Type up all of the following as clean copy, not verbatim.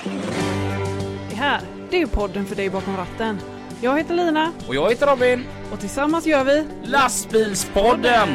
Det här, det är podden för dig bakom ratten. Jag heter Lina. Och jag heter Robin. Och tillsammans gör vi Lastbilspodden!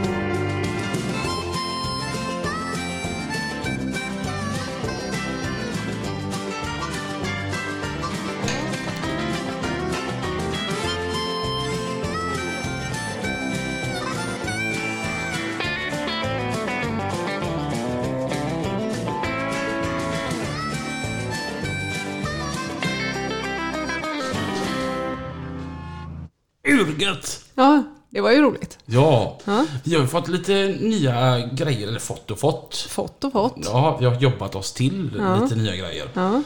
Urgött! Ja, det var ju roligt. Ja, vi har ju fått lite nya grejer, eller fått. Fått och fått. Ja, vi har jobbat oss till lite nya grejer. Ja.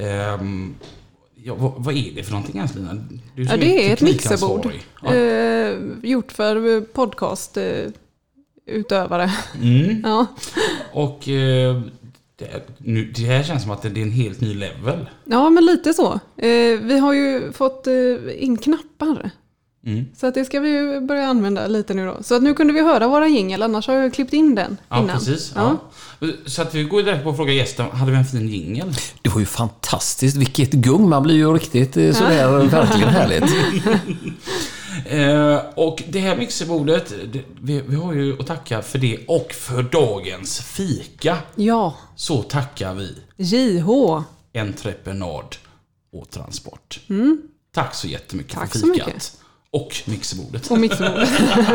Vad är det för någonting ens, Lina? Du Ja, som det är ett mixerbord. Ja. Gjort för podcastutövare. Ja. Och det här känns som att det är en helt ny level. Ja, men lite så. Vi har ju fått in knappar. Så att det ska vi ju börja använda lite nu då. Så att nu kunde vi höra våra jingle, annars har jag klippt in den innan. Ja, precis. Ja. Så att vi går direkt på att fråga gästen, hade vi en fin jingle? Det var ju fantastiskt, vilket gung, man blir ju riktigt sådär verkligen härligt. Och det här mixerbordet, vi har ju att tacka för det och för dagens fika. Ja. Så tackar vi JH. Entreprenad och transport. Tack så jättemycket Tack för så fikat. mycket. Och mixerbordet. Och mixerbordet.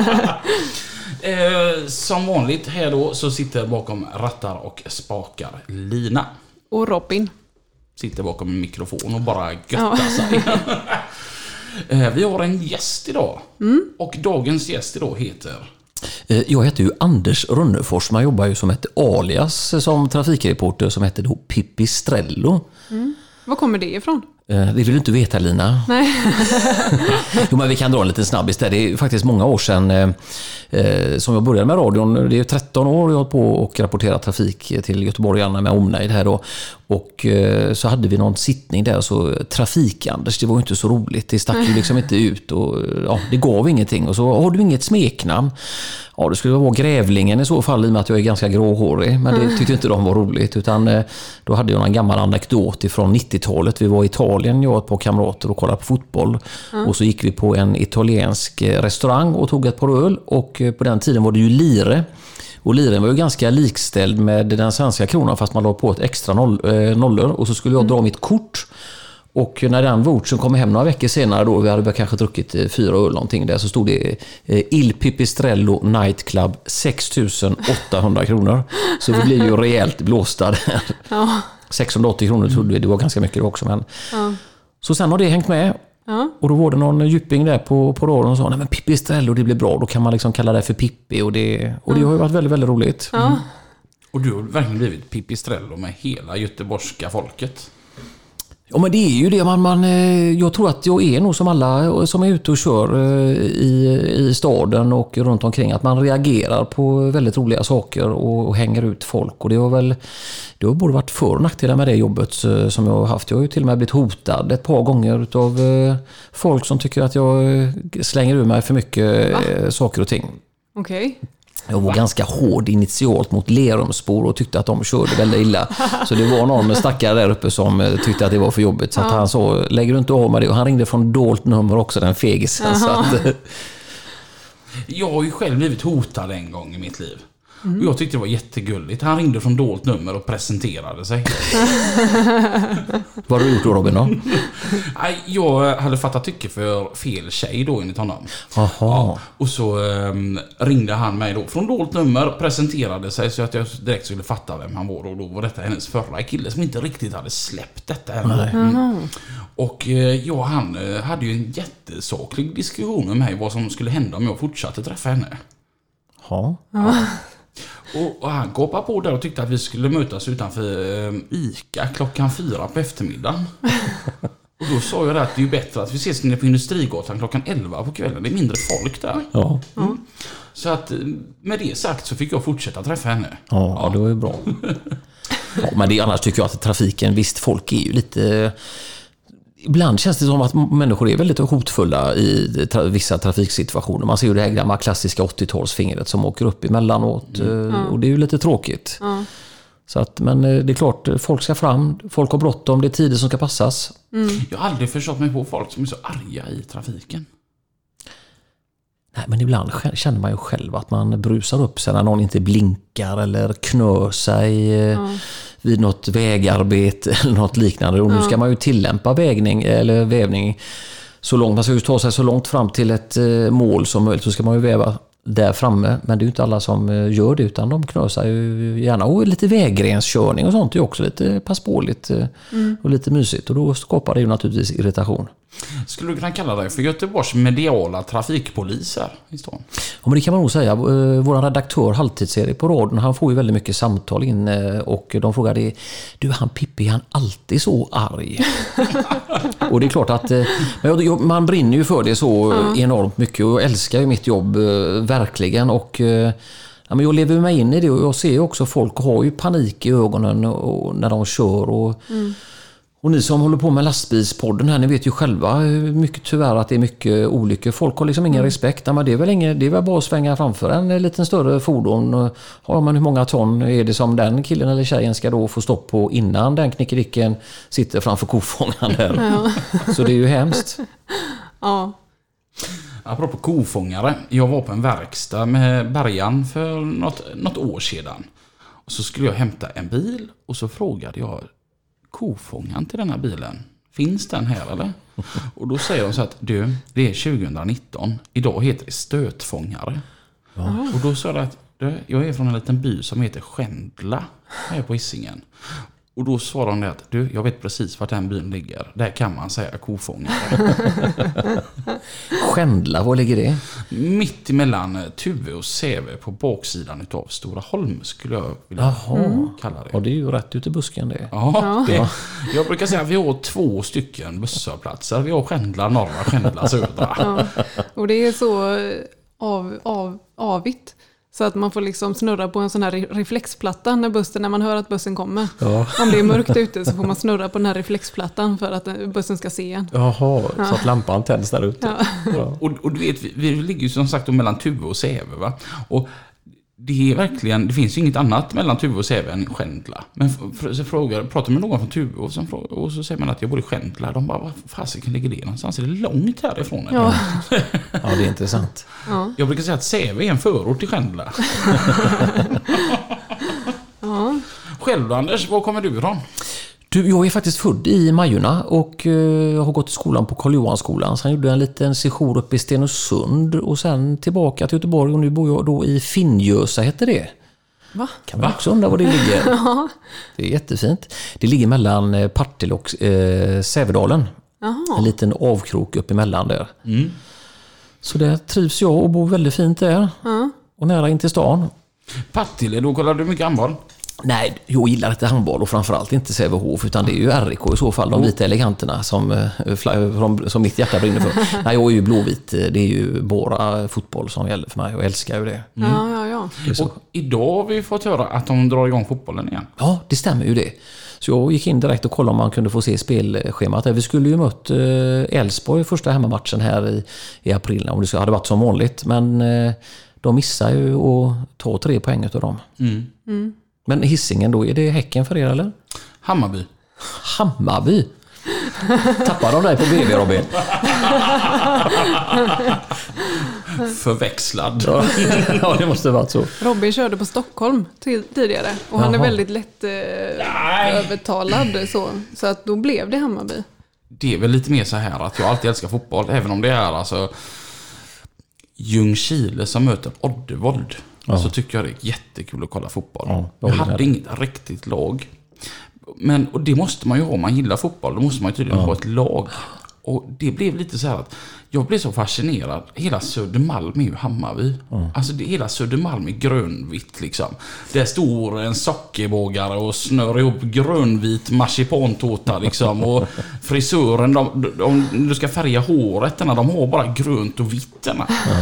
Som vanligt här då så sitter bakom rattar och spakar Lina. Och Robin. Sitter bakom en mikrofon och bara göttar sig. Vi har en gäst idag. Och dagens gäst idag heter... Jag heter ju Anders Rönnefors, man jobbar ju som ett alias som trafikreporter som heter då Pipistrello. Var kommer det ifrån? Det vill du inte veta, Lina. Nej. Jo, men vi kan dra en liten snabbis där. Det är faktiskt många år sedan som jag började med radion. Det är ju 13 år jag har på och rapporterat trafik till göteborgarna med omnejd här då. Och så hade vi någon sittning där, så Trafik-Anders, det var ju inte så roligt. Det stack ju liksom inte ut och ja, det gav ingenting. Och så har du inget smeknamn. Ja, det skulle vara Grävlingen i så fall, i och med att jag är ganska gråhårig. Men det tyckte inte de var roligt. Utan då hade jag en gammal anekdot ifrån 90-talet. Vi var i Italien, jag och ett par kamrater, och kollade på fotboll. Och så gick vi på en italiensk restaurang och tog ett par öl. Och på den tiden var det ju lire. Och liren var ju ganska likställd med den svenska kronan, fast man la på ett extra nollor. Och så skulle jag dra mitt kort. Och när den vouchern kom hem några veckor senare då, vi hade kanske druckit 4 öl någonting där, så stod det Il Pipistrello Nightclub 6.800 kronor. Så vi blev ju rejält blåsta där. Ja. 680 kronor trodde vi, det var ganska mycket också. Men... Ja. Så sen har det hängt med. Ja. Och då var det någon djuping där på radion och sa, nej men Pipistrello, det blir bra, då kan man liksom kalla det för Pippi. Och det har ju varit väldigt, väldigt roligt. Ja. Och du har verkligen blivit Pipistrello med hela göteborgska folket. Ja, men det är ju det jag tror att jag är nog som alla som är ute och kör i staden och runt omkring, att man reagerar på väldigt roliga saker och hänger ut folk. Och det har både varit för- och nackdelar med det jobbet som jag har haft. Jag har ju till och med blivit hotad ett par gånger av folk som tycker att jag slänger ur mig för mycket saker och ting. Okej. Jag var ganska hård initialt mot Lerumsbor och tyckte att de körde väldigt illa. Så det var någon stackare där uppe som tyckte att det var för jobbigt. Så att han sa, lägger du inte av med det? Och han ringde från dolt nummer också, den fegisen. Så att... Jag har ju själv blivit hotad en gång i mitt liv. Och jag tyckte det var jättegulligt. Han ringde från dolt nummer och presenterade sig. Vad har du gjort då, Robin då? Jag hade fattat tycke för fel tjej då enligt honom. Ja, och så ringde han mig då från dolt nummer, presenterade sig så att jag direkt skulle fatta vem han var. Och då var detta hennes förra kille som inte riktigt hade släppt detta ännu. Och han hade ju en jättesaklig diskussion med mig vad som skulle hända om jag fortsatte träffa henne. Ja. Och han koppade på där och tyckte att vi skulle mötas utanför ICA 4:00 på eftermiddagen. Och då sa jag att det är ju bättre att vi ses nere på Industrigatan 11:00 på kvällen. Det är mindre folk där. Ja. Så att med det sagt så fick jag fortsätta träffa henne. Ja, det var ju bra. Ja, men det, annars tycker jag att trafiken, visst, folk är ju lite... Ibland känns det som att människor är väldigt hotfulla i vissa trafiksituationer. Man ser ju det här gamla klassiska 80-talsfingret som åker upp emellanåt. Och det är ju lite tråkigt. Så att, men det är klart, folk ska fram, folk har bråttom, det är tider som ska passas. Jag har aldrig förstått mig på folk som är så arga i trafiken. Nej, men ibland känner man ju själv att man brusar upp sig när någon inte blinkar eller knör sig vid något vägarbete eller något liknande. Och nu ska man ju tillämpa vävning så långt. Man ska ju ta sig så långt fram till ett mål som möjligt, så ska man ju väva där framme. Men det är ju inte alla som gör det, utan de knör sig ju gärna. Och lite vägrenskörning och sånt är också lite passpåligt och lite mysigt. Och då skapar det ju naturligtvis irritation. Skulle du kunna kalla dig för Göteborgs mediala trafikpoliser i stan? Ja, men det kan man nog säga. Vår redaktör Halvtidsserie på radion, han får ju väldigt mycket samtal in och de frågar du, han Pippi, är han alltid så arg? Och det är klart att man brinner ju för det så enormt mycket, och jag älskar ju mitt jobb verkligen, och men jag lever mig in i det, och jag ser ju också folk har ju panik i ögonen och när de kör, och ni som håller på med lastbilspodden här, ni vet ju själva hur mycket tyvärr att det är mycket olyckor. Folk har liksom ingen respekt. Men det är väl bara att svänga framför en liten större fordon. Har man hur många ton är det som den killen eller tjejen ska då få stopp på innan den knickedicken sitter framför kofångaren där. Ja. Så det är ju hemskt. Ja. Apropå kofångare, jag var på en verkstad med Bergan för något år sedan. Och så skulle jag hämta en bil, och så frågade jag kofångaren till den här bilen, finns den här eller? Och då säger de så att det är 2019, idag heter det stötfångare. Och då sa jag att jag är från en liten by som heter Skändla här på Hisingen. Och då svarade de att jag vet precis vart den byn ligger. Där kan man säga kofångare. Skändla, var ligger det? Mitt emellan Tuve och Säve på baksidan utav Stora Holm skulle jag vilja kalla det. Ja, det är ju rätt ute i busken det. Ja. Jag brukar säga att vi har 2 stycken busshållplatser. Vi har Skändla norra, Skändla södra. Ja. Och det är så avigt. Så att man får liksom snurra på en sån här reflexplatta när man hör att bussen kommer. Ja. Om det är mörkt ute så får man snurra på den här reflexplattan för att bussen ska se en. Jaha, så att lampan tänds där ute. Ja. Och du vet, vi ligger ju som sagt mellan Tuve och Säve, va? Och det är verkligen, det finns ju inget annat mellan Tuve och Säve än Skändla. Men så pratar med någon från Tuve och så säger man att jag bor i Skändla. De bara, vad fasiken ligger det någonstans? Är det långt härifrån? Ja, ja, det är intressant. Ja. Jag brukar säga att Säve är en förort till Skändla. Ja. Själv då, Anders, var kommer du ifrån? Jag är faktiskt född i Majorna och jag har gått i skolan på Karl Johan-skolan. Sen gjorde jag en liten sejour uppe i Stenungsund och sen tillbaka till Göteborg, och nu bor jag då i Finnjösa, heter det. Va? Kan man också undra var det ligger. Ja. Det är jättefint. Det ligger mellan Partille och Sävedalen. En liten avkrok upp emellan där. Så där trivs jag och bor väldigt fint där. Och nära in till stan. Partille, då kollar du mycket handboll? Nej, jag gillar inte handboll och framförallt inte Sävehof, utan det är ju RIK i så fall, de vita eleganterna som mitt hjärta brinner för. Nej, jag är ju blåvit, det är ju bara fotboll som gäller för mig, jag älskar ju det. Ja. Och idag har vi fått höra att de drar igång fotbollen igen. Ja, det stämmer ju det. Så jag gick in direkt och kollade om man kunde få se spelschemat. Vi skulle ju mött Elfsborg första hemmamatchen här i april, om det hade varit som vanligt, men de missar ju att ta 3 poäng av dem. Men Hisingen då, är det Häcken för er eller? Hammarby. Hammarby? Tappar de dig på BB, Robin? Förväxlad. Ja, det måste ha varit så. Robin körde på Stockholm tidigare och han är väldigt lätt övertalad så att då blev det Hammarby. Det är väl lite mer så här att jag alltid älskar fotboll, även om det är alltså Ljungskile som möter Oddevold. Så tycker jag det är jättekul att kolla fotboll. Jag hade inget riktigt lag. Och det måste man ju ha om man gillar fotboll. Då måste man ju tydligen ha ett lag. Och det blev lite så här att jag blev så fascinerad. Hela Södermalm är ju Hammarby. Alltså hela Södermalm är grönvitt liksom. Där står en sockerbågare och snör ihop grönvit marsipantårta liksom. Och frisören, om du ska färga håret, de har bara grönt och vitt.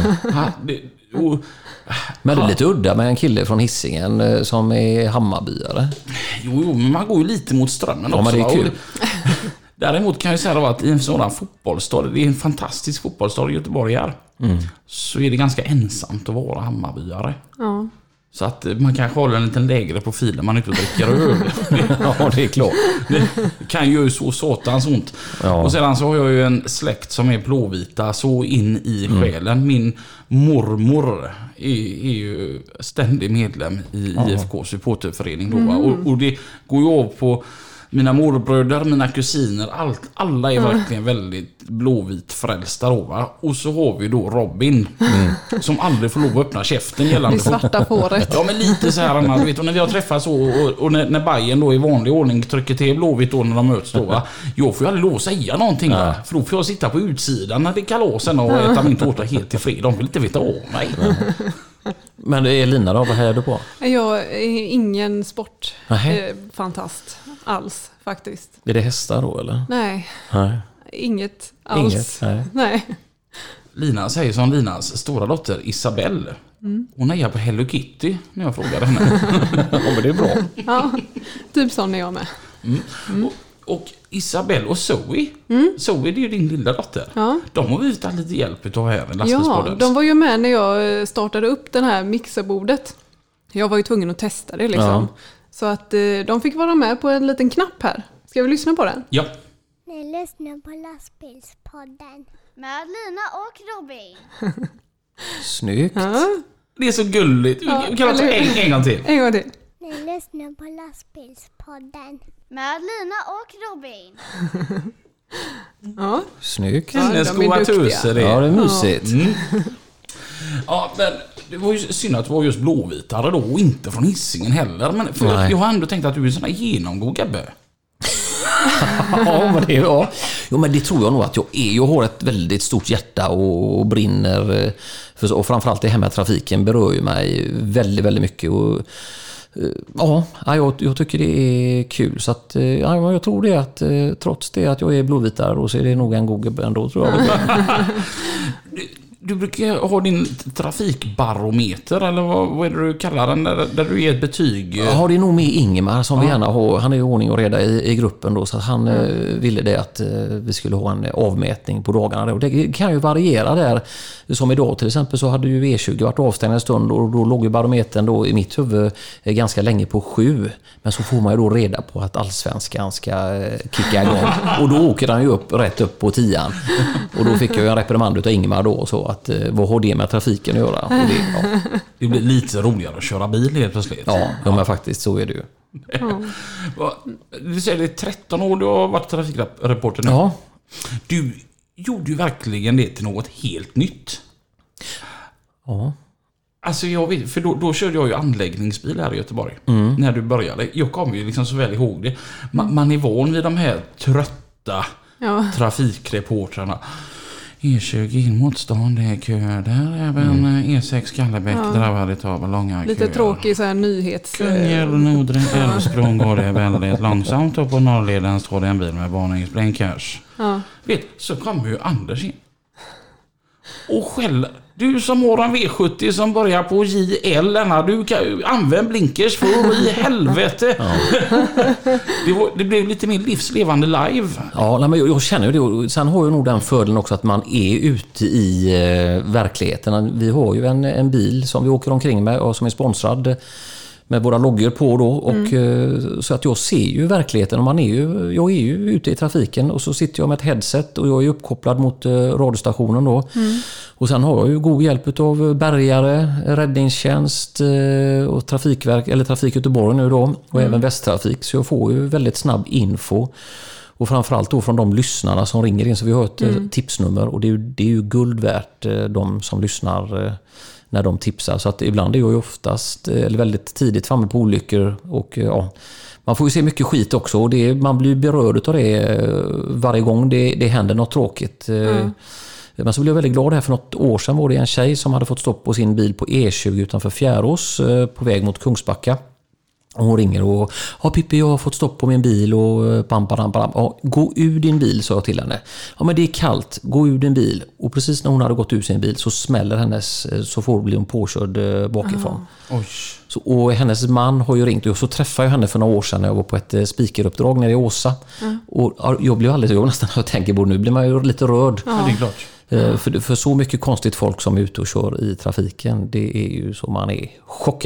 Men det är lite udda med en kille från Hisingen som är Hammarbyare. Jo, men man går ju lite mot strömmen också. Men det är kul. Däremot kan jag säga att i en sådan fotbollsstad, det är en fantastisk fotbollsstad i Göteborg här, så är det ganska ensamt att vara Hammarbyare. Ja. Så att man kanske håller en liten lägre profil när man inte dricker öl. Ja, det är klart. Det kan ju så satans ont. Ja. Och sedan så har jag ju en släkt som är blåvita så in i själen. Min mormor är ju ständig medlem i IFK supporterförening då. Och det går ju av på mina morbröder, mina kusiner, alla är verkligen väldigt blåvit frälsta då, va? Och så har vi då Robin som aldrig får lov att öppna käften gällande Det svarta fåret. Ja, men lite så här, du vet, och när vi har träffats och när Bayern då i vanlig ordning trycker till blåvitt då när de möts då, va? Jag får ju aldrig lov att säga någonting, va? För då får jag sitta på utsidan när det är kalasen och äta min tårta helt till fred. De vill inte veta av mig. Men det är Lina då, vad hejar du på? Jag är ingen sportfantast alls faktiskt. Är det hästar då eller? Nej, inget alls. Nej. Lina säger som Linas stora dotter Isabelle. Hon hejar på Hello Kitty när jag frågar henne. Ja, men det är bra. Ja, typ sån är jag med. Och Isabelle och Zoe. Zoe, det är ju din lilla dotter. Ja. De har vi tagit lite hjälp av här i Ja, lastbilspodden. de var ju med när jag startade upp den här mixerbordet. Jag var ju tvungen att testa det liksom. Ja. Så att de fick vara med på en liten knapp här. Ska vi lyssna på den? Ja. Ni lyssnar på lastbilspodden med Lina och Robin. Snyggt. Ja, Det är så gulligt. Vi kan ta en gång till. en gång till. Ni lyssnar på lastbilspodden med Lina och Robin. Ja, Snyggt. Ja, Hennes de är goa duktiga. tuser det. Ja, det är mysigt. Ja, men det var ju synd att det var just blåvitare då och inte från Hisingen heller. Men för Nej. jag har ändå tänkt att du är sån här genomgod gubbe. Ja, men det, ja. Jo, men det tror jag nog att jag är. Jag har ett väldigt stort hjärta och brinner för, och framförallt det här med trafiken berör ju mig väldigt, väldigt mycket. Och, ja, jag tycker det är kul. Så att, ja, jag tror det att trots det att jag är blåvitare och så är det nog en god gubbe ändå, tror jag. Du brukar ha din trafikbarometer eller vad är det du kallar den där du ger ett betyg? Ja, det är nog med Ingemar som vi gärna har. Han är ju ordning och reda i gruppen då, så att han ville det att vi skulle ha en avmätning på dagarna då. Det kan ju variera där. Som idag till exempel så hade ju V20 varit avstängd en stund och då låg ju barometern då i mitt huvud ganska länge på 7. Men så får man ju då reda på att allsvenskan ska kicka igång. Och då åker han ju rätt upp på 10. Och då fick jag ju en reprimand utav Ingemar då, så att vad har det med trafiken att göra? Och Det blir lite roligare att köra bil helt plötsligt. ja, men faktiskt så är det ju. Du säger det är 13 år du har varit trafikreporter nu. Ja. Du gjorde ju verkligen det till något helt nytt. Ja. Alltså jag vet, för då körde jag ju anläggningsbil här i Göteborg. När du började. Jag kommer ju liksom så väl ihåg det. Man är van vid de här trötta trafikreportrarna. E20 in mot stan, det är köer där. Även E6 Kallebäck drabbade av långa lite köer. tråkig så här nyhets... Kungälv, Nordre, Älvsprång går det väldigt långsamt och på norrleden står det en bil med varningsblinkers. Ja. Vet, så kommer ju Anders in. Och skäller. Du som har en V70 som börjar på JL, du kan använda blinkers för i helvete. Ja. Det blev lite mer livslevande live. Ja, men jag känner ju det. Sen har jag nog den fördelen också att man är ute i verkligheten. Vi har ju en bil som vi åker omkring med och som är sponsrad med våra loggor på då. Och, så att jag ser ju verkligheten. Och jag är ju ute i trafiken och så sitter jag med ett headset och jag är uppkopplad mot radiostationen då. Och sen har jag ju god hjälp av bärgare, räddningstjänst och trafikverk, eller Trafik Göteborg nu då. Och även Västtrafik. Så jag får ju väldigt snabb info. Och framförallt då från de lyssnarna som ringer in. Så vi har ett tipsnummer och det är ju guld värt de som lyssnar när de tipsar. Så att ibland är jag ju oftast eller väldigt tidigt framme på olyckor. Och ja, man får ju se mycket skit också. Och man blir berörd av det varje gång det händer något tråkigt. Men så blev jag väldigt glad här för något år sedan var det en tjej som hade fått stopp på sin bil på E20 utanför Fjärås på väg mot Kungsbacka. Och hon ringer och Pippi, jag har fått stopp på min bil och pam. Gå ur din bil, sa jag till henne. Ja, men det är kallt, gå ur din bil. Och precis när hon hade gått ur sin bil så smäller hennes, så blir hon påkörd bakifrån. Oj. Så, och hennes man har ju ringt och så träffade jag henne för några år sedan när jag var på ett speakeruppdrag nere i Åsa. Och jag blev alldeles, nästan jag tänker på nu blir man ju lite rörd. Ja, det är klart. För så mycket konstigt folk som är ute och kör i trafiken, det är ju så man är chockad.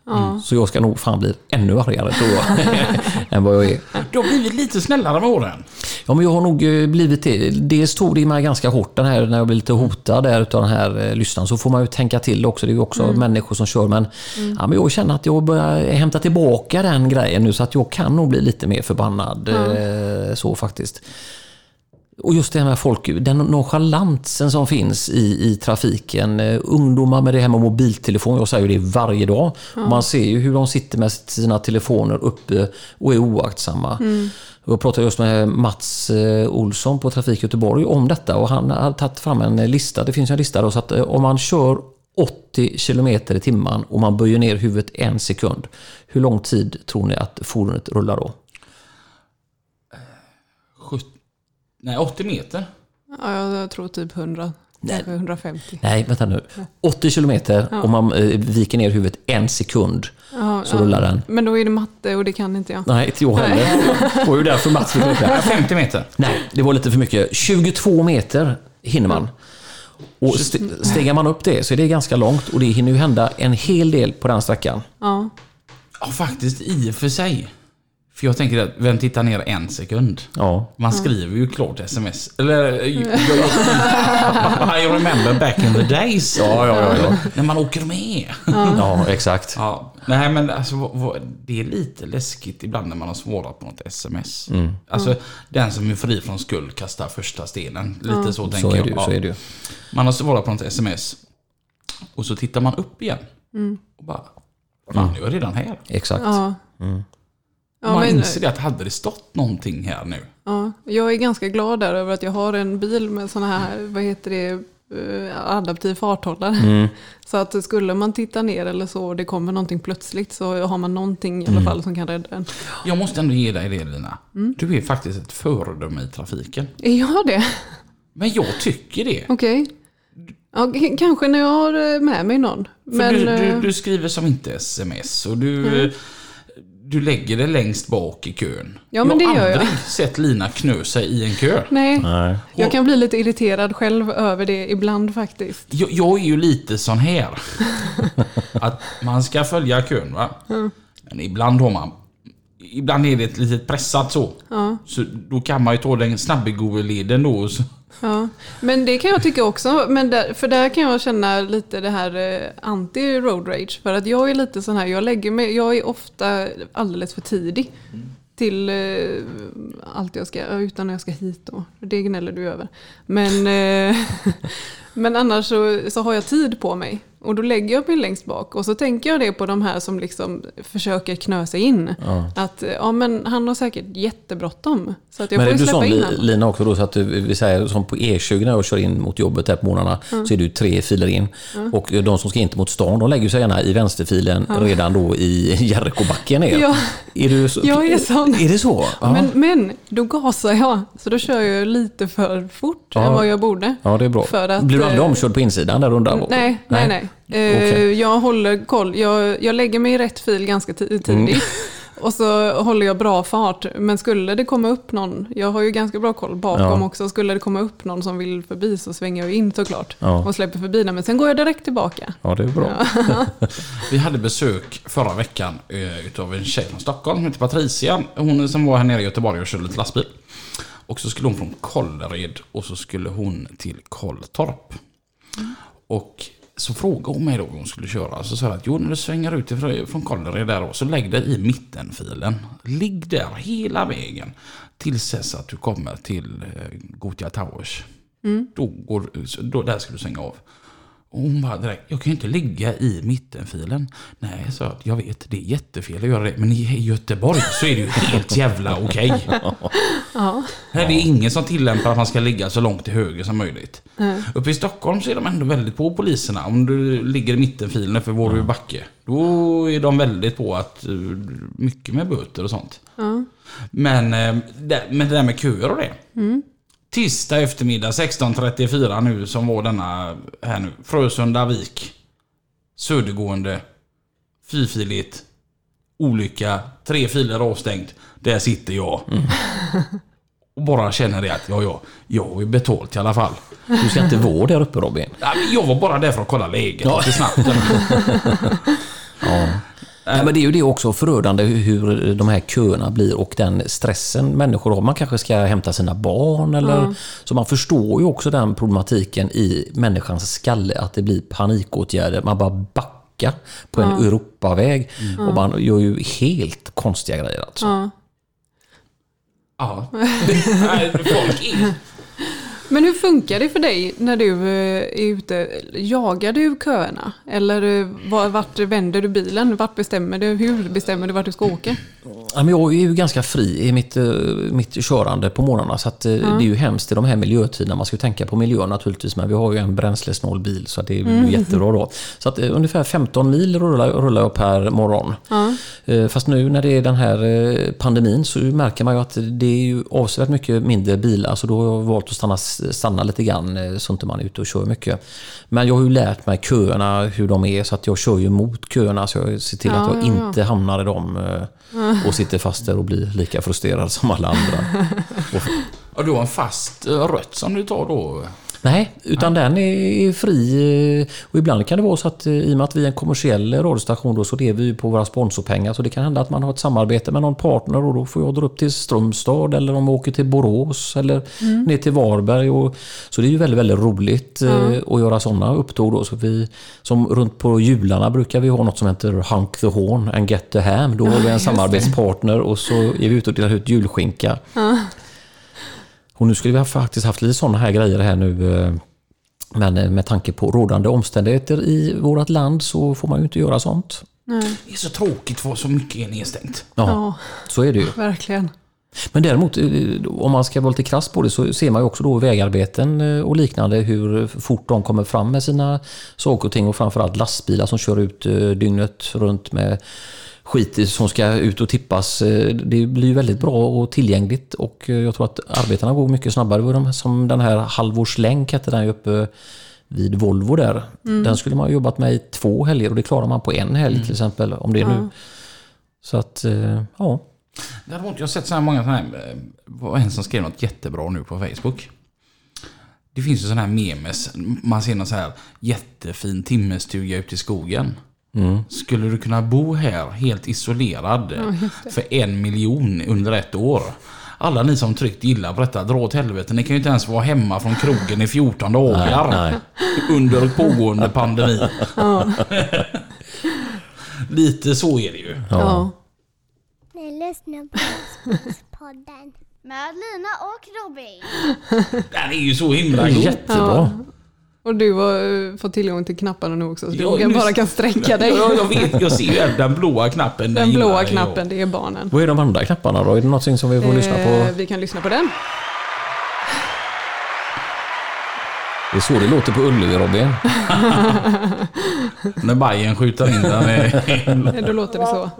Så jag ska nog fan bli ännu argare tror jag än vad jag är. Du har blivit lite snällare med åren. Ja, men jag har nog blivit det. Dels tog det mig ganska hårt den här, när jag blev lite hotad där utav den här lyssnaren, så får man ju tänka till också. Det är ju också människor som kör, men, ja, men jag känner att jag börjar hämta tillbaka den grejen nu, så att jag kan nog bli lite mer förbannad så faktiskt. Och just det här med folk, den nonchalansen som finns i trafiken, ungdomar med det här med mobiltelefon, jag säger ju det varje dag, och man ser ju hur de sitter med sina telefoner uppe och är oaktsamma. Jag pratade just med Mats Olsson på Trafik Göteborg om detta, och han har tagit fram en lista. Det finns en lista då, så att om man kör 80 kilometer i timmen och man böjer ner huvudet 1 sekund, hur lång tid tror ni att fordonet rullar då? 80 meter. Ja, jag tror typ 100. Nej. 150. Nej, vänta nu. 80 kilometer och man viker ner huvudet 1 sekund, så rullar den. Men då är det matte och det kan inte jag. Nej, inte jag heller. Det var ju därför Mats fick det. 50 meter. Nej, det var lite för mycket. 22 meter hinner man. Och stegar man upp det så är det ganska långt, och det hinner ju hända en hel del på den sträckan. Ja. Ja, faktiskt i och för sig. För jag tänker att vem tittar ner 1 sekund? Ja. Man skriver ju klart sms. Eller I remember back in the days. Ja. När man åker med. Ja, exakt. Ja. Nej, men alltså, det är lite läskigt ibland när man har svarat på något sms. Alltså, den som är fri från skuld kastar första stenen. Lite så tänker jag. Så är det ju. Man har svarat på något sms. Och så tittar man upp igen. Och bara, fan, jag är redan här. Exakt. Ja. Man inser det, att hade det stått någonting här nu. Ja, jag är ganska glad där över att jag har en bil med såna här, vad heter det, adaptiv farthållare. Så att skulle man titta ner eller så, det kommer någonting plötsligt, så har man någonting i alla fall som kan rädda en. Jag måste ändå ge dig det, Lina. Du är faktiskt ett föredöme i trafiken. Är jag det? Men jag tycker det. Okej. Ja, kanske när jag har med mig någon. Men du skriver som inte sms, och du lägger det längst bak i kön. Ja, men det gör jag. Jag har aldrig sett Lina knösa i en kö. Nej. Jag kan bli lite irriterad själv över det ibland faktiskt. Jag är ju lite sån här. Att man ska följa kön, va? Men ibland är det ett litet pressat så. Så då kan man ju ta den snabbegåeleden då. Så. Ja, men det kan jag tycka också. Men för där kan jag känna lite det här anti-road rage. För att jag är lite sån här, jag är ofta alldeles för tidig till allt jag ska, utan jag ska hit då. Det gnäller du över. Men annars så har jag tid på mig. Och då lägger jag mig längst bak. Och så tänker jag det på de här som liksom försöker knösa in. Att men han har säkert jättebråttom. Så att jag får släppa in honom. Lina också då, så att vi säger som på E20 när jag kör in mot jobbet här på morgnarna, så är det ju 3 filer in. Och de som ska in mot stan, de lägger sig gärna i vänsterfilen redan då i Järkobacken ner. Ja. Är du så? Jag är sån. Är det så? Men då gasar jag. Så då kör jag lite för fort än vad jag borde. Ja, det är bra. Blir du aldrig omkörd på insidan där undan? Nej. Okay. Jag håller koll. Jag lägger mig i rätt fil ganska tidigt. Och så håller jag bra fart. Men skulle det komma upp någon, jag har ju ganska bra koll bakom också. Skulle det komma upp någon som vill förbi, så svänger jag in såklart. Och släpper förbi den. Men sen går jag direkt tillbaka. Ja, det är bra. Vi hade besök förra veckan utav en tjej från Stockholm. Hon heter Patricia. Hon som var här nere i Göteborg och körde lite lastbil. Och så skulle hon från Kållered och så skulle hon till Kolltorp. Och så frågade hon mig då om hon skulle köra. Så sa jag att när du svänger ut från Kållered där då, så lägg dig i mittenfilen. Ligg där hela vägen tills dess att du kommer till Gothia Towers. Då där ska du svänga av. Och hon bara direkt, jag kan ju inte ligga i mittenfilen. Nej, så jag vet, det är jättefel att göra det. Men i Göteborg så är det ju helt jävla okej. Här är det ingen som tillämpar att man ska ligga så långt till höger som möjligt. Uppe i Stockholm så är de ändå väldigt på poliserna. Om du ligger i mittenfilen för Vårby backe, då är de väldigt på att mycket med böter och sånt. Men det där med köer och det. Tisdag eftermiddag 16:34 nu, som var denna här nu. Frösundavik. Södergående. Fyrfiligt. Olycka. 3 filer avstängt. Där sitter jag. Och bara känner det att jag är betalt i alla fall. Du ska inte vara där uppe, Robin. Jag var bara där för att kolla läget. Lite snabbt. Nej, men det är ju det också förödande hur de här köerna blir och den stressen människor har. Man kanske ska hämta sina barn eller så man förstår ju också den problematiken i människans skalle att det blir panikåtgärder. Man bara backar på en Europaväg och man gör ju helt konstiga grejer alltså. Ja. Folk är... Men hur funkar det för dig när du är ute? Jagar du köerna? Eller vart vänder du bilen? Vart bestämmer du? Hur bestämmer du vart du ska åka? Ja, men jag är ju ganska fri i mitt körande på morgnarna så att det är ju hemskt i de här miljötiderna. Man ska ju tänka på miljön naturligtvis, men vi har ju en bränslesnål bil så det är ju jättebra då. Så att ungefär 15 mil rullar jag per morgon. Fast nu när det är den här pandemin så märker man ju att det är ju avsevärt mycket mindre bilar, så då har jag valt att stanna lite grann så inte man är ute och kör mycket. Men jag har ju lärt mig köerna, hur de är, så att jag kör ju mot köerna så jag ser till att jag inte hamnar i dem och sitter fast där och blir lika frustrerad som alla andra. Och du har en fast rött som du tar då? Nej, utan den är fri och ibland kan det vara så att i och med att vi är en kommersiell radiostation då, så lever vi på våra sponsorpengar, så det kan hända att man har ett samarbete med någon partner och då får jag dra upp till Strömstad eller om jag åker till Borås eller ner till Varberg så det är ju väldigt, väldigt roligt att göra sådana upptåg då. Så vi, som runt på jularna brukar vi ha något som heter Hunk the Horn and Get the Ham, då har vi en samarbetspartner och så är vi ute och delar ut julskinka. Och nu skulle vi faktiskt haft lite sådana här grejer här nu, men med tanke på rådande omständigheter i vårt land så får man ju inte göra sånt. Nej. Det är så tråkigt för så mycket är nedstängt. Ja, så är det ju. Verkligen. Men däremot, om man ska vara lite krass på det, så ser man ju också då vägarbeten och liknande, hur fort de kommer fram med sina saker och ting, och framförallt lastbilar som kör ut dygnet runt med skit som ska ut och tippas. Det blir väldigt bra och tillgängligt, och jag tror att arbetarna går mycket snabbare. Som den här Halvorslänk hette den uppe vid Volvo där. Den skulle man ha jobbat med i 2 helger och det klarar man på en helg till exempel, om det är nu. Så att, ja. Däremot, jag har sett så här många sådana här, var en som skrev något jättebra nu på Facebook. Det finns ju sådana här memes, man ser någon så här jättefin timmerstuga ute i skogen. Skulle du kunna bo här helt isolerad för 1 miljon under 1 år? Alla ni som tryckt gilla på detta, dra åt helvete. Ni kan ju inte ens vara hemma från krogen i 14 dagar under pågående pandemi. Lite så är det ju. Ni lyssnar på podden med Lina och Robin. Den är ju så himla god. Jättebra. Och du har fått tillgång till knapparna nu också, så du bara kan sträcka dig. Ja, jag vet. Jag ser ju den blåa knappen. Den blåa knappen, det är barnen. Vad är de andra knapparna då? Är det något som vi får lyssna på? Vi kan lyssna på den. Det är så det låter på Ullevi, Robin. När Bajen skjuter in den. Då låter det så.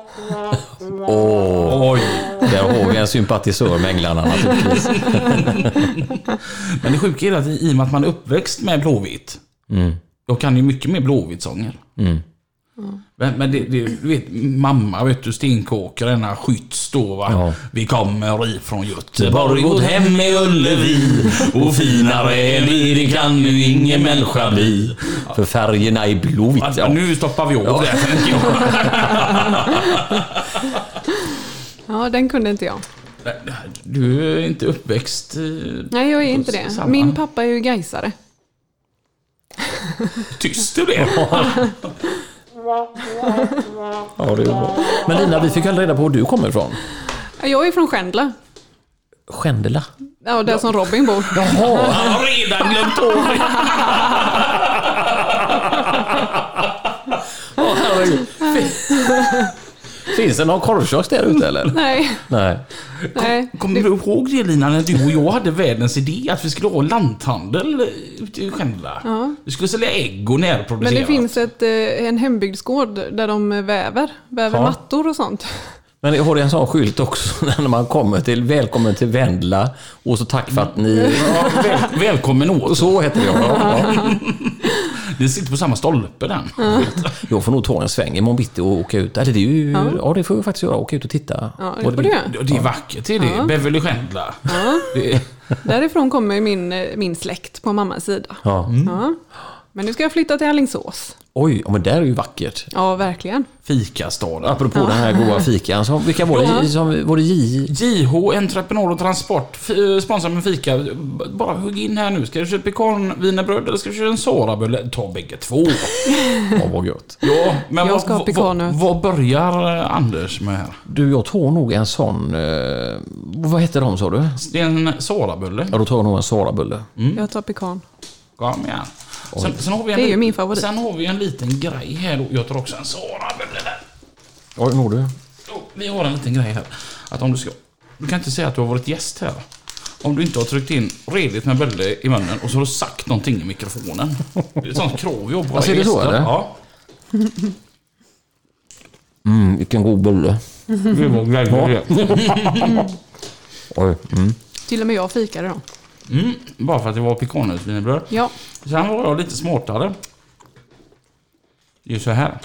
Oj, där har vi en sympatisör med änglarna naturligtvis. Men det sjuka är att i och med att man är uppväxt med Blåvitt, jag kan ju mycket mer Blåvitt-sånger. Men det, du vet, mamma, vet du, Stenkåker, denna skytts då, va? Ja. Vi kommer ifrån Göteborg, vårt hem är Ullevi, och finare än det kan nu ingen människa bli. För färgerna är blåvitt. Ja. Nu stoppar vi av det. Ja, den kunde inte jag. Du är inte uppväxt. Nej, jag är inte det. Samma. Min pappa är ju gaisare. Tyst är det. Ja, det är bra. Men Lina, vi fick aldrig reda på var du kommer ifrån. Jag är från Skändla. Skändla? Ja, där som Robin bor. Jaha, han har redan glömt av. Finns det någon korvkiosk där ute eller? Nej. Kommer du ihåg det, Lina, när du och jag hade världens idé att vi skulle ha lanthandel ute i Skändla? Ja. Vi skulle sälja ägg och närproducerat. Men det finns en hembygdsgård där de väver mattor och sånt. Men jag har en sån skylt också när man kommer till välkommen till Vendla och så tack för att ni... Ja, välkommen åt. Så heter det, ja. Det sitter på samma stolpe den. Jag får nog ta en sväng i morgonbitti och åka ut. Eller det är ju, ja, det får jag faktiskt göra. Åka ut och titta. Ja, det får du. Det är vackert, det är det. Beverly Skändla. Ja. Därifrån kommer min släkt på mammas sida. Ja. Men nu ska jag flytta till Alingsås. Oj, men där är ju vackert. Ja, verkligen. Fikastaden. Apropå den här goda fikan. Vilka var det? Var det JH Entreprenad och Transport sponsrar med fika. Bara hugg in här nu. Ska du köpa pekanvinerbröd eller ska du köpa en Sara-bulle? Ta bägge två. Ja, vad gott. Ja, men jag ska ha pekaner. vad börjar Anders med här? Du, jag tar nog en sån... vad heter de, sa du? Det är en Sara-bulle. Ja, då tar jag nog en Sara-bulle. Jag tar pekan. Kom igen. Sen har vi det är ju min favorit. Sen har vi en liten grej här då. Jag tar också en Sara-bulle där. Oj, når du? Vi har en liten grej här. Att om du kan inte säga att du har varit gäst här. Om du inte har tryckt in redigt med bulle i munnen och så har du sagt någonting i mikrofonen. Det är ett sånt krav vi har på våra gäster. Så, eller? Ja. Vilken god bulle. Det var glädje. Oj. Till och med jag fikade då. Bara för att det var pekannötsvinerbröd. Ja. Sen var jag lite smartare. Det är så här.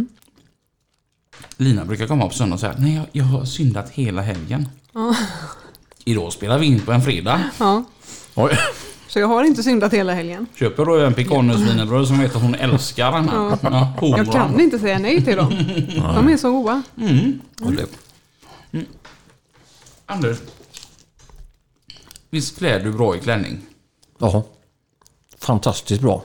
Lina brukar komma på söndag och säga: nej, jag har syndat hela helgen. Idag spelar vi in på en fredag. Ja. Oj. Så jag har inte syndat hela helgen. Köper då en pekannötsvinerbröd som vet att hon älskar den här. Ja, jag kan inte säga nej till dem. De är så goda. Anders, visst klär du bra i klänning? Ja. Fantastiskt bra.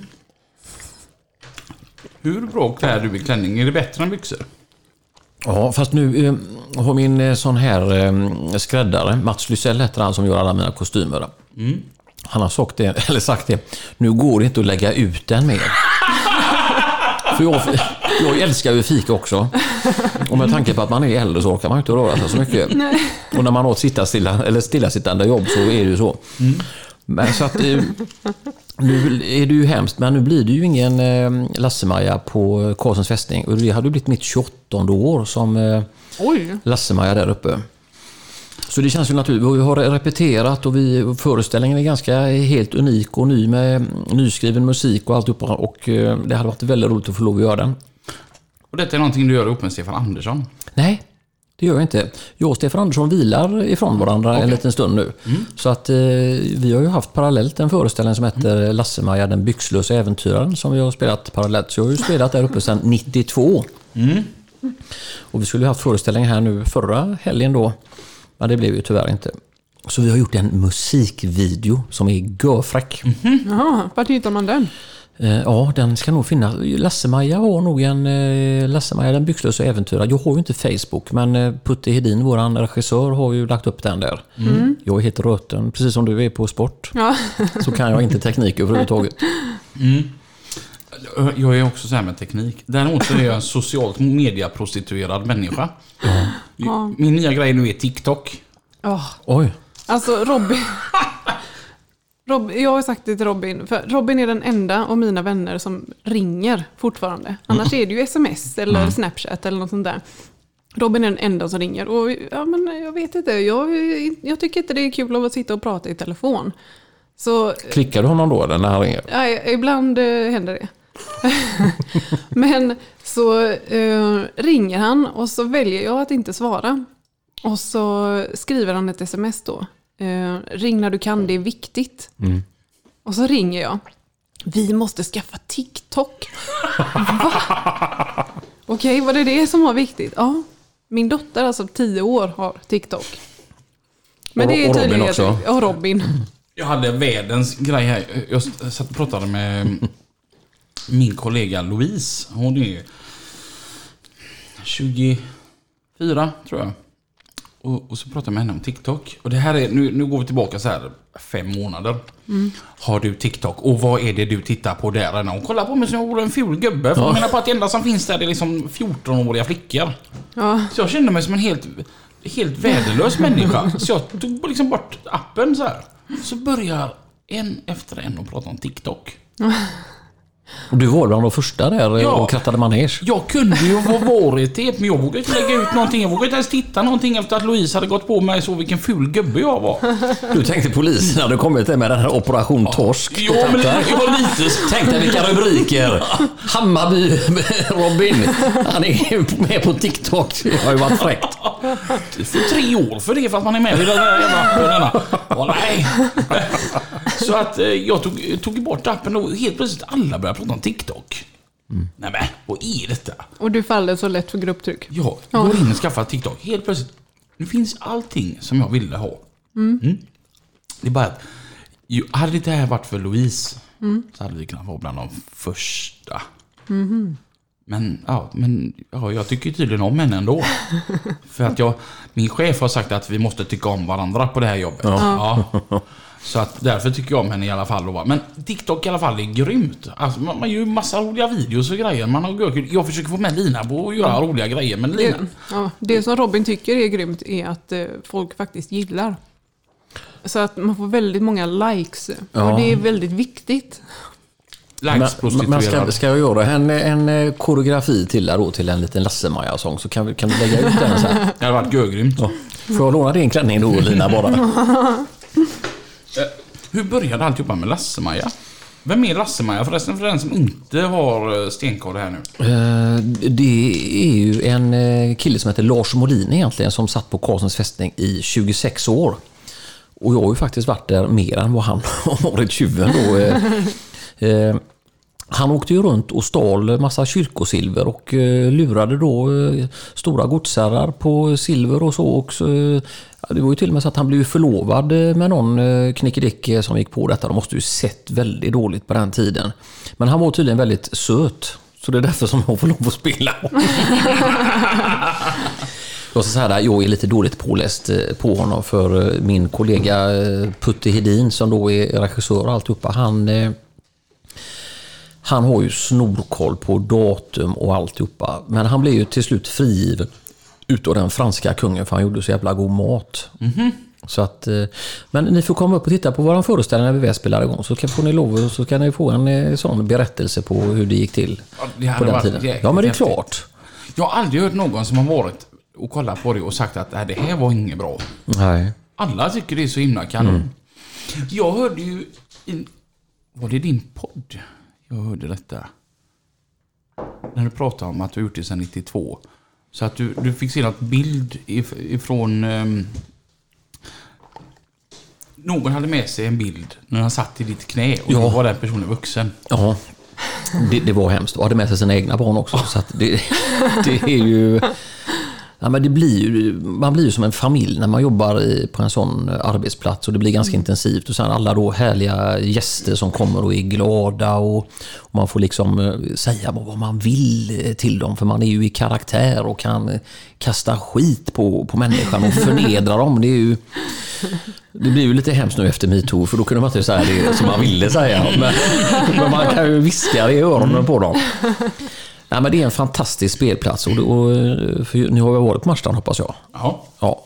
Hur bra klär du i klänning? Är det bättre än byxor? Ja, fast nu har min sån här skräddare, Mats Lysell heter han som gör alla mina kostymer. Han har sagt det, nu går det inte att lägga ut den mer. För jag älskar ju fika också. Och med tanke på att man är äldre så kan man inte röra sig så mycket. Nej. Och när man har ett stillasittande jobb så är det ju så. Men så att nu är det ju hemskt, men nu blir det ju ingen Lasse-Maja på Karlssons fästning. Och det hade blivit mitt 28:e år som Lasse-Maja där uppe. Så det känns ju naturligt. Vi har repeterat och föreställningen är ganska helt unik och ny med nyskriven musik och allt upp. Och det hade varit väldigt roligt att få lov att göra den. Och detta är någonting du gör ihop med Stefan Andersson? Nej, det gör jag inte. Jag och Stefan Andersson vilar ifrån varandra en liten stund nu. Så att vi har ju haft parallellt en föreställning som heter Lasse-Maja den byxlösa äventyraren som vi har spelat parallellt. Så jag har ju spelat där uppe sedan 92. Och vi skulle ju haft föreställningen här nu förra helgen då. Men det blev ju tyvärr inte. Så vi har gjort en musikvideo som är görfräck. Jaha, vart hittar man den? Ja, den ska nog finnas. Lasse-Maja har nog en Lasse-Maja den byxlösa äventyrare. Jag har ju inte Facebook, men Putte Hedin, våran regissör, har ju lagt upp den där. Jag är helt röten, precis som du är på sport. Ja. Så kan jag inte teknik överhuvudtaget. Jag är också så här med teknik. Däremot så är jag en socialt mediaprostituerad människa. Min nya grej nu är TikTok. Oj. Alltså Robin... jag har sagt det till Robin, för Robin är den enda av mina vänner som ringer fortfarande. Annars är det ju sms eller Snapchat eller något sånt där. Robin är den enda som ringer. Och men jag vet inte, jag tycker inte det är kul att sitta och prata i telefon. Så, klickar du honom då eller när han ringer? Ja, ibland händer det. Men så ringer han och så väljer jag att inte svara. Och så skriver han ett sms då. Ring när du kan, det är viktigt. Och så ringer jag. Vi måste skaffa TikTok. Va? Okej, var det som var viktigt? Ja, min dotter alltså 10 år har TikTok. Men det är Robin också. Ja, Robin. Jag hade världens grej här. Jag satt och pratade med min kollega Louise. Hon är 24 tror jag. Och så pratade jag med henne om TikTok. Och det här är, nu går vi tillbaka så här 5 månader. Har du TikTok? Och vad är det du tittar på där? Hon kollar på mig som jag vore en ful gubbe. För jag menar på att det enda som finns där är liksom 14-åriga flickor. Ja. Så jag kände mig som en helt värdelös människa. Så jag tog liksom bort appen så här. Så börjar en efter en att prata om TikTok. Och du var bland de första där och krattade manege. Jag kunde ju ha varit det, men jag vågade inte lägga ut någonting. Jag vågade inte ens titta någonting efter att Louise hade gått på mig så vilken ful gubbe jag var. Du tänkte polisen hade kommit med den här Operation Torsk. Ja, men jag var lite... Tänkte vilka rubriker. Hammarby Robin. Han är med på TikTok. Det har ju varit fräckt. För 3 år för det, för att man är med i den där jävla... nej. Så att jag tog bort appen och helt plötsligt alla började prata om TikTok. Nej men, vad är detta? Och du faller så lätt för grupptryck. Ja, jag går in och skaffar TikTok. Helt plötsligt, nu finns allting som jag ville ha. Det är bara att, hade det inte här varit för Louise så hade vi kunnat vara bland de första. Men jag tycker tydligen om henne ändå. För att min chef har sagt att vi måste tycka om varandra på det här jobbet. Ja. Så att därför tycker jag om henne i alla fall då. Men TikTok i alla fall är grymt. Alltså, man gör ju massa roliga videos och grejer. Jag försöker få med Lina på att göra roliga grejer. Men Lina... Det som Robin tycker är grymt är att folk faktiskt gillar. Så att man får väldigt många likes. Och det är väldigt viktigt. Men ska jag göra en koreografi till där då, till en liten Lasse-Maja-sång, så kan vi lägga ut den så här. Det hade varit grymt. Ja. Får jag låna din klänning då, Lina, bara? Hur började alltihopa med Lasse-Maja? Vem är Lasse-Maja förresten, för den som inte har stenkoll här nu? Det är ju en kille som heter Lars Molin egentligen, som satt på Karlssons fästning i 26 år. Och jag har ju faktiskt varit där mer än vad han har varit tjuven då. Han åkte ju runt och stal massa kyrkosilver och lurade då stora godsherrar på silver och så. Och det var ju till och med så att han blev förlovad med någon knickedick som gick på detta. De måste ju sett väldigt dåligt på den tiden. Men han var tydligen väldigt söt. Så det är därför som jag får lov att spela. Jag ska säga där, jag är lite dåligt påläst på honom, för min kollega Putte Hedin som då är regissör och alltihopa, han har ju snorkoll på datum och alltihopa. Men han blev ju till slut frigiven utav den franska kungen, för han gjorde så jävla god mat. Så att, men ni får komma upp och titta på våran föreställning när vi väl spelar igång, så får ni lov, och så kan ni få en sån berättelse på hur det gick till på den tiden. Ja, men det är klart. Jag har aldrig hört någon som har varit och kollat på det och sagt att det här var inget bra. Nej. Alla tycker det är så himla kanon. Jag hörde ju var det din podd? Jag hörde detta. När du pratade om att du gjort det sedan 92. Så att du fick se något bild ifrån... någon hade med sig en bild när han satt i ditt knä och då var den personen vuxen. Ja, det var hemskt. Och hade med sig sina egna barn också. Så att det är ju... Ja, men man blir ju som en familj när man jobbar på en sån arbetsplats, och det blir ganska intensivt, och sen alla då härliga gäster som kommer och är glada, och man får liksom säga vad man vill till dem, för man är ju i karaktär och kan kasta skit på människan och förnedra dem. Det blir ju lite hemskt nu efter MeToo, för då kunde man inte säga det som man ville säga, men man kan ju viska i öronen på dem. Nej, men det är en fantastisk spelplats, för ni har ju varit på Marstrand, hoppas jag. Ja.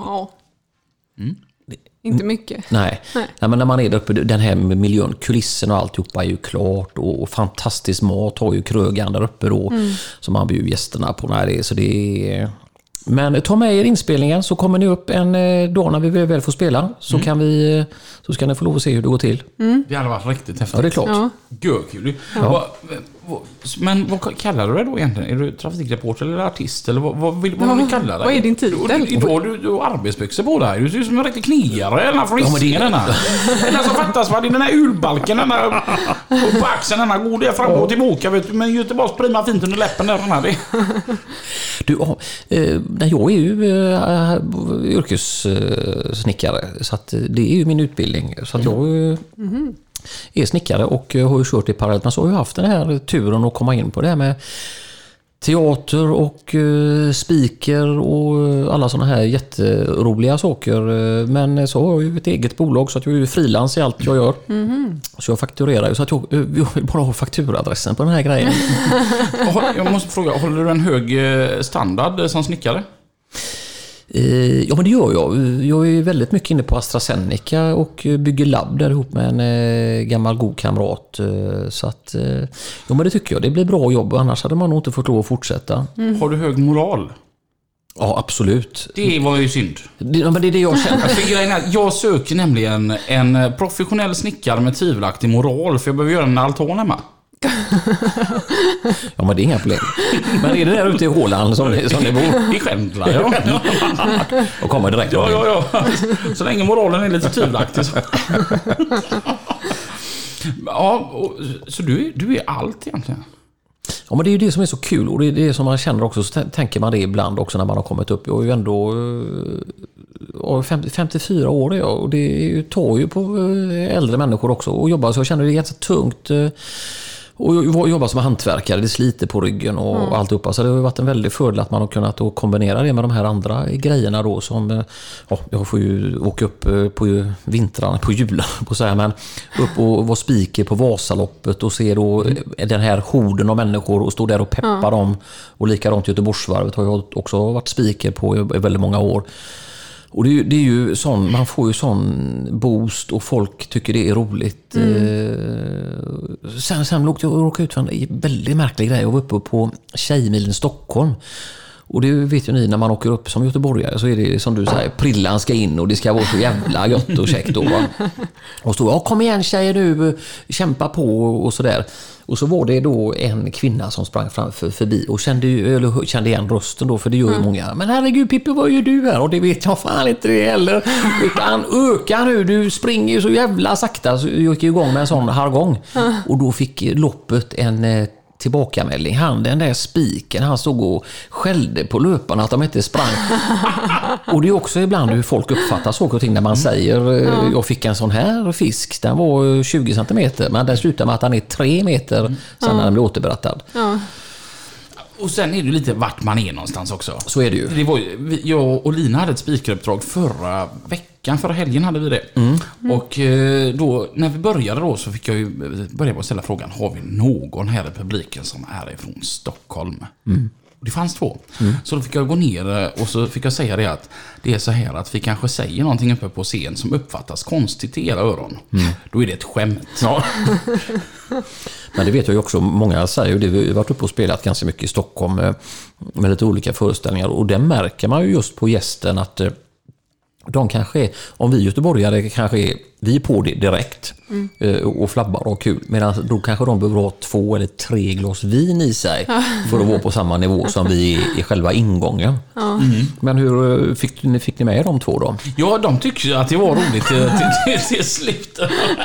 Inte mycket. Nej, men när man är där uppe, den här miljön, kulissen och alltihopa är ju klart, och fantastisk mat har ju krögan där uppe då, som man bjuder gästerna på. Men ta med er inspelningen, så kommer ni upp en dag när vi väl får spela, så ska ni få lov att se hur det går till. Det hade varit riktigt häftigt. Ja, det är klart. Ja. Görkul. Ja. Men vad kallar du det då egentligen? Är du trafikreporter eller artist? Eller vad vill du kalla dig? Vad är din titel? Idag du har arbetsbyxor på dig. Du ser ut som en riktig knegare. Den här friskningen, den som fattas, vad är den här ulbalken, den här på axeln, den här går det fram och tillbaka, vet du, men Göteborgs prima fint under läppen där, den här. Jag är ju yrkessnickare, så att det är ju min utbildning, så att jag är snickare och har ju kört i parallellt, men så har jag haft den här turen att komma in på det här med teater och speaker och alla såna här jätteroliga saker. Men så har jag ju ett eget bolag, så att jag är ju frilans i allt jag gör. Så jag fakturerar ju, så att jag vill bara ha fakturadressen på den här grejen. Jag måste fråga, håller du en hög standard som snickare? Ja, men det gör jag. Jag är väldigt mycket inne på AstraZeneca och bygger labb där ihop med en gammal god kamrat. Så att, ja, men det tycker jag. Det blir bra jobb, annars hade man nog inte fått lov att fortsätta. Har du hög moral? Ja, absolut. Det var ju synd. Men det är det jag känner. Jag söker nämligen en professionell snickare med tvivelaktig moral, för jag behöver göra en altan hemma. Ja, men det är inga problem. Men är det där ute i Håland som ni bor? I Skändla, ja. Och kommer direkt. Ja. Så länge moralen är lite tvivelaktig. Ja, så du är allt egentligen. Ja, men det är ju det som är så kul, och det är det som man känner också, så tänker man det ibland också när man har kommit upp. Jag är ju ändå 54 år är jag, och det tar ju på äldre människor också och jobba, så jag känner det är ganska tungt. Och jag jobbar som hantverkare, det sliter på ryggen och alltihopa. Så det har varit en väldig fördel att man har kunnat då kombinera det med de här andra grejerna då, som jag får ju åka upp på vintrarna, på julen på så här, men upp och vara speaker på Vasaloppet och se då den här horden av människor och stå där och peppa dem. Och likadant Göteborgsvarvet har jag också varit speaker på i väldigt många år. Och det är ju sån, man får ju sån boost och folk tycker det är roligt. Sen råkade jag ut för en väldigt märklig grej. Jag var uppe på Tjejmilen Stockholm. Och det vet ju ni, när man åker upp som göteborgare så är det som du säger, prillan ska in och det ska vara så jävla gött och käckt då. Och stå, kom igen tjejer nu, kämpa på och sådär. Och så var det då en kvinna som sprang förbi och kände igen rösten då, för det gör ju många. Men herregud Pippi, vad gör du här? Och det vet jag fan inte det heller. Utan öka nu, du springer ju så jävla sakta. Så jag gick igång med en sån hargång. Och då fick loppet en tillbakamelding. Den där spiken, han stod och skällde på löparna att de inte sprang. Och det är också ibland hur folk uppfattar saker och ting när man säger jag fick en sån här fisk, den var 20 centimeter, men den slutar med att den är 3 meter sen när den blir återberättad. Och sen är det lite vart man är någonstans också. Så är det ju. Det var ju, jag och Lina hade ett spikeruppdrag förra helgen hade vi det. Och då, när vi började då, så fick jag ju börja med att ställa frågan, har vi någon här i publiken som är ifrån Stockholm? Och det fanns 2. Så då fick jag gå ner och så fick jag säga det att det är så här att vi kanske säger någonting uppe på scen som uppfattas konstigt i era öron. Då är det ett skämt. Ja. Men det vet jag ju också, många säger ju det, vi har varit uppe och spelat ganska mycket i Stockholm med lite olika föreställningar, och det märker man ju just på gästen att de kanske är, om vi göteborgare kanske är, vi är på det direkt och flabbar och kul, medan då kanske de behöver ha 2 eller 3 glas vin i sig för att vara på samma nivå som vi är i själva ingången. Men hur fick ni med de 2 då? Ja, de tycker att det var roligt till slut.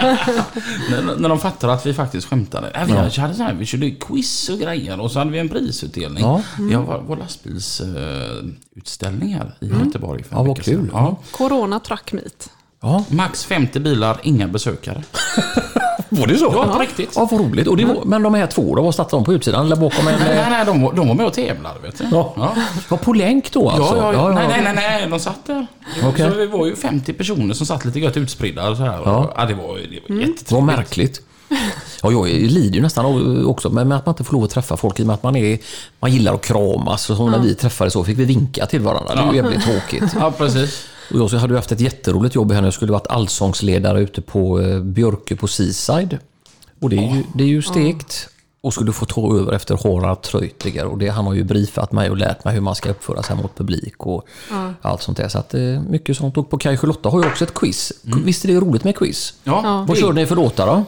när de fattar att vi faktiskt skämtade. Vi körde quiz och grejer, och så hade vi en prisutdelning. Jag var lastbilsutställning här i Göteborg för en vecka sedan. Ja. Corona track meet. Ja. Max 50 bilar, inga besökare. Var det så? Ja, på riktigt. Ja, vad roligt. Och det var, men de här 2 då, var satt de på utsidan eller bakom en... Nej, de var med och tävlade, vet du. Ja. Var på länk då alltså? Ja. Nej, de satt där. Okay. Så det var ju 50 personer som satt lite gött utspridda och så här. Ja, det var jättetrevligt. Vad märkligt. Ja, jag lider ju nästan också med att man inte får lov att träffa folk, i och med att man gillar att kramas, och så när vi träffades så fick vi vinka till varandra. Det är ju jävligt tråkigt. Ja, precis. Och jag hade ju haft ett jätteroligt jobb här när jag skulle varit allsångsledare ute på Björke på Seaside. Och det är ju stekt. Och skulle få ta över efter Harald Treutiger. Och han har ju briefat mig och lärt mig hur man ska uppföra sig mot publik och allt sånt där. Så att mycket sånt. Och på Kaj Charlotta har ju också ett quiz. Visst är det roligt med quiz? Ja. Vad körde ni för låtar då?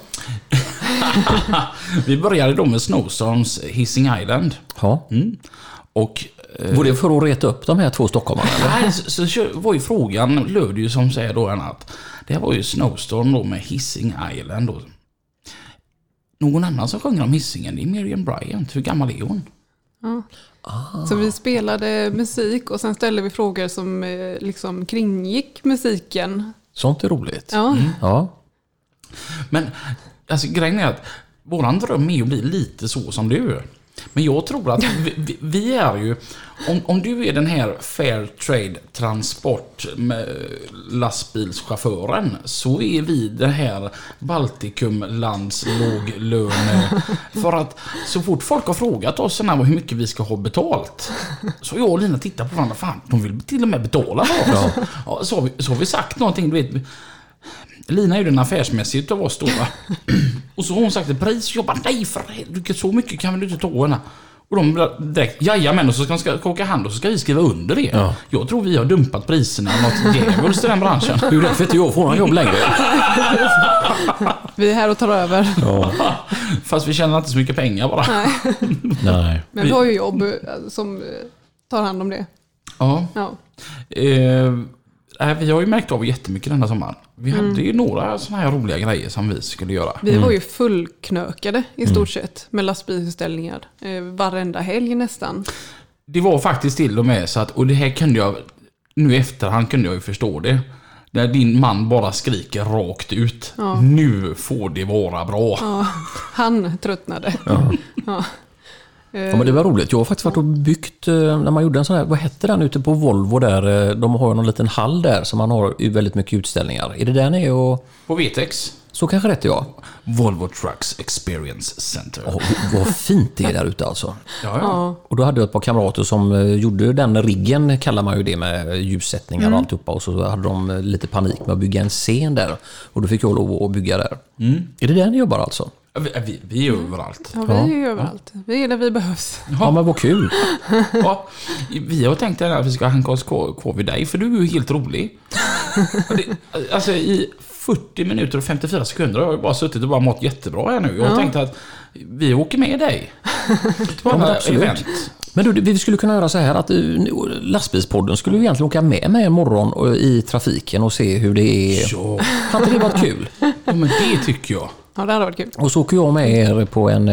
Vi började då med Snowstorms Hissing Island. Ja. Och var det för att reta upp de här 2 stockholmarna? Nej, så var ju frågan, löd ju som säger då att det här var ju Snowstorm då med Hissing Island då. Någon annan som sjunger om Hisingen, det är Miriam Bryant. Hur gammal är hon? Så vi spelade musik och sen ställde vi frågor som liksom kringgick musiken. Sånt är roligt. Ja. Men alltså, grejen är att våran dröm är att bli lite så som du. Men jag tror att vi är ju, om du är den här fair trade transport med lastbilschauffören, så är vi det här Baltikumlands låglöne. För att så fort folk har frågat oss hur mycket vi ska ha betalt, så jag och Lina tittar på varandra, fan, de vill till och med betala för oss. Ja, så har vi sagt någonting, du vet. Lina är ju den affärsmässigt av oss då. Och så har hon sagt ett pris. Jag bara, nej, för så mycket kan väl du inte ta henne. Och de direkt, jajamän, och så ska de skaka hand och så ska vi skriva under det. Ja. Jag tror vi har dumpat priserna något djävulst i den branschen. Hur rätt för att jag får någon jobb längre. Vi är här och tar över. Ja. Fast vi tjänar inte så mycket pengar bara. Nej. Men vi har ju jobb som tar hand om det. Ja. Ja. Vi har ju märkt av jättemycket den här sommaren. Vi hade ju några såna här roliga grejer som vi skulle göra. Vi var ju fullknökade i stort sett med lastbilsutställningar. Varenda helg nästan. Det var faktiskt till och med så att, och det här kunde jag, nu i efterhand kunde jag ju förstå det. När din man bara skriker rakt ut. Ja. Nu får det vara bra. Ja, han tröttnade. Ja. Ja, men det var roligt. Jag har faktiskt varit och byggt, när man gjorde en sån här, vad hette den ute på Volvo där, de har ju någon liten hall där som man har väldigt mycket utställningar. Är det där ni är och... På Vtex. Så kanske rätt, ja. Volvo Trucks Experience Center. Vad fint det är där ute alltså. Ja. Och då hade jag ett par kamrater som gjorde den riggen, kallar man ju det, med ljussättningar och alltihopa. Och så hade de lite panik med att bygga en scen där. Och då fick jag lov att bygga där. Är det där ni jobbar alltså? Vi är överallt. Ja, vi är överallt. Vi är där vi behövs. Ja, men vad kul. Ja, vi har tänkt att vi ska hänga oss kvar vid dig, för du är ju helt rolig. Alltså i 40 minuter och 54 sekunder har jag bara suttit och bara mått jättebra här nu. Jag har tänkt att vi åker med dig. Ja, event. Men du, vi skulle kunna göra så här att lastbilspodden skulle egentligen åka med mig en morgon i trafiken och se hur det är. Ja. Har inte det varit kul? Ja, men det tycker jag. Ja, det hade varit kul. Och så åker jag med er på en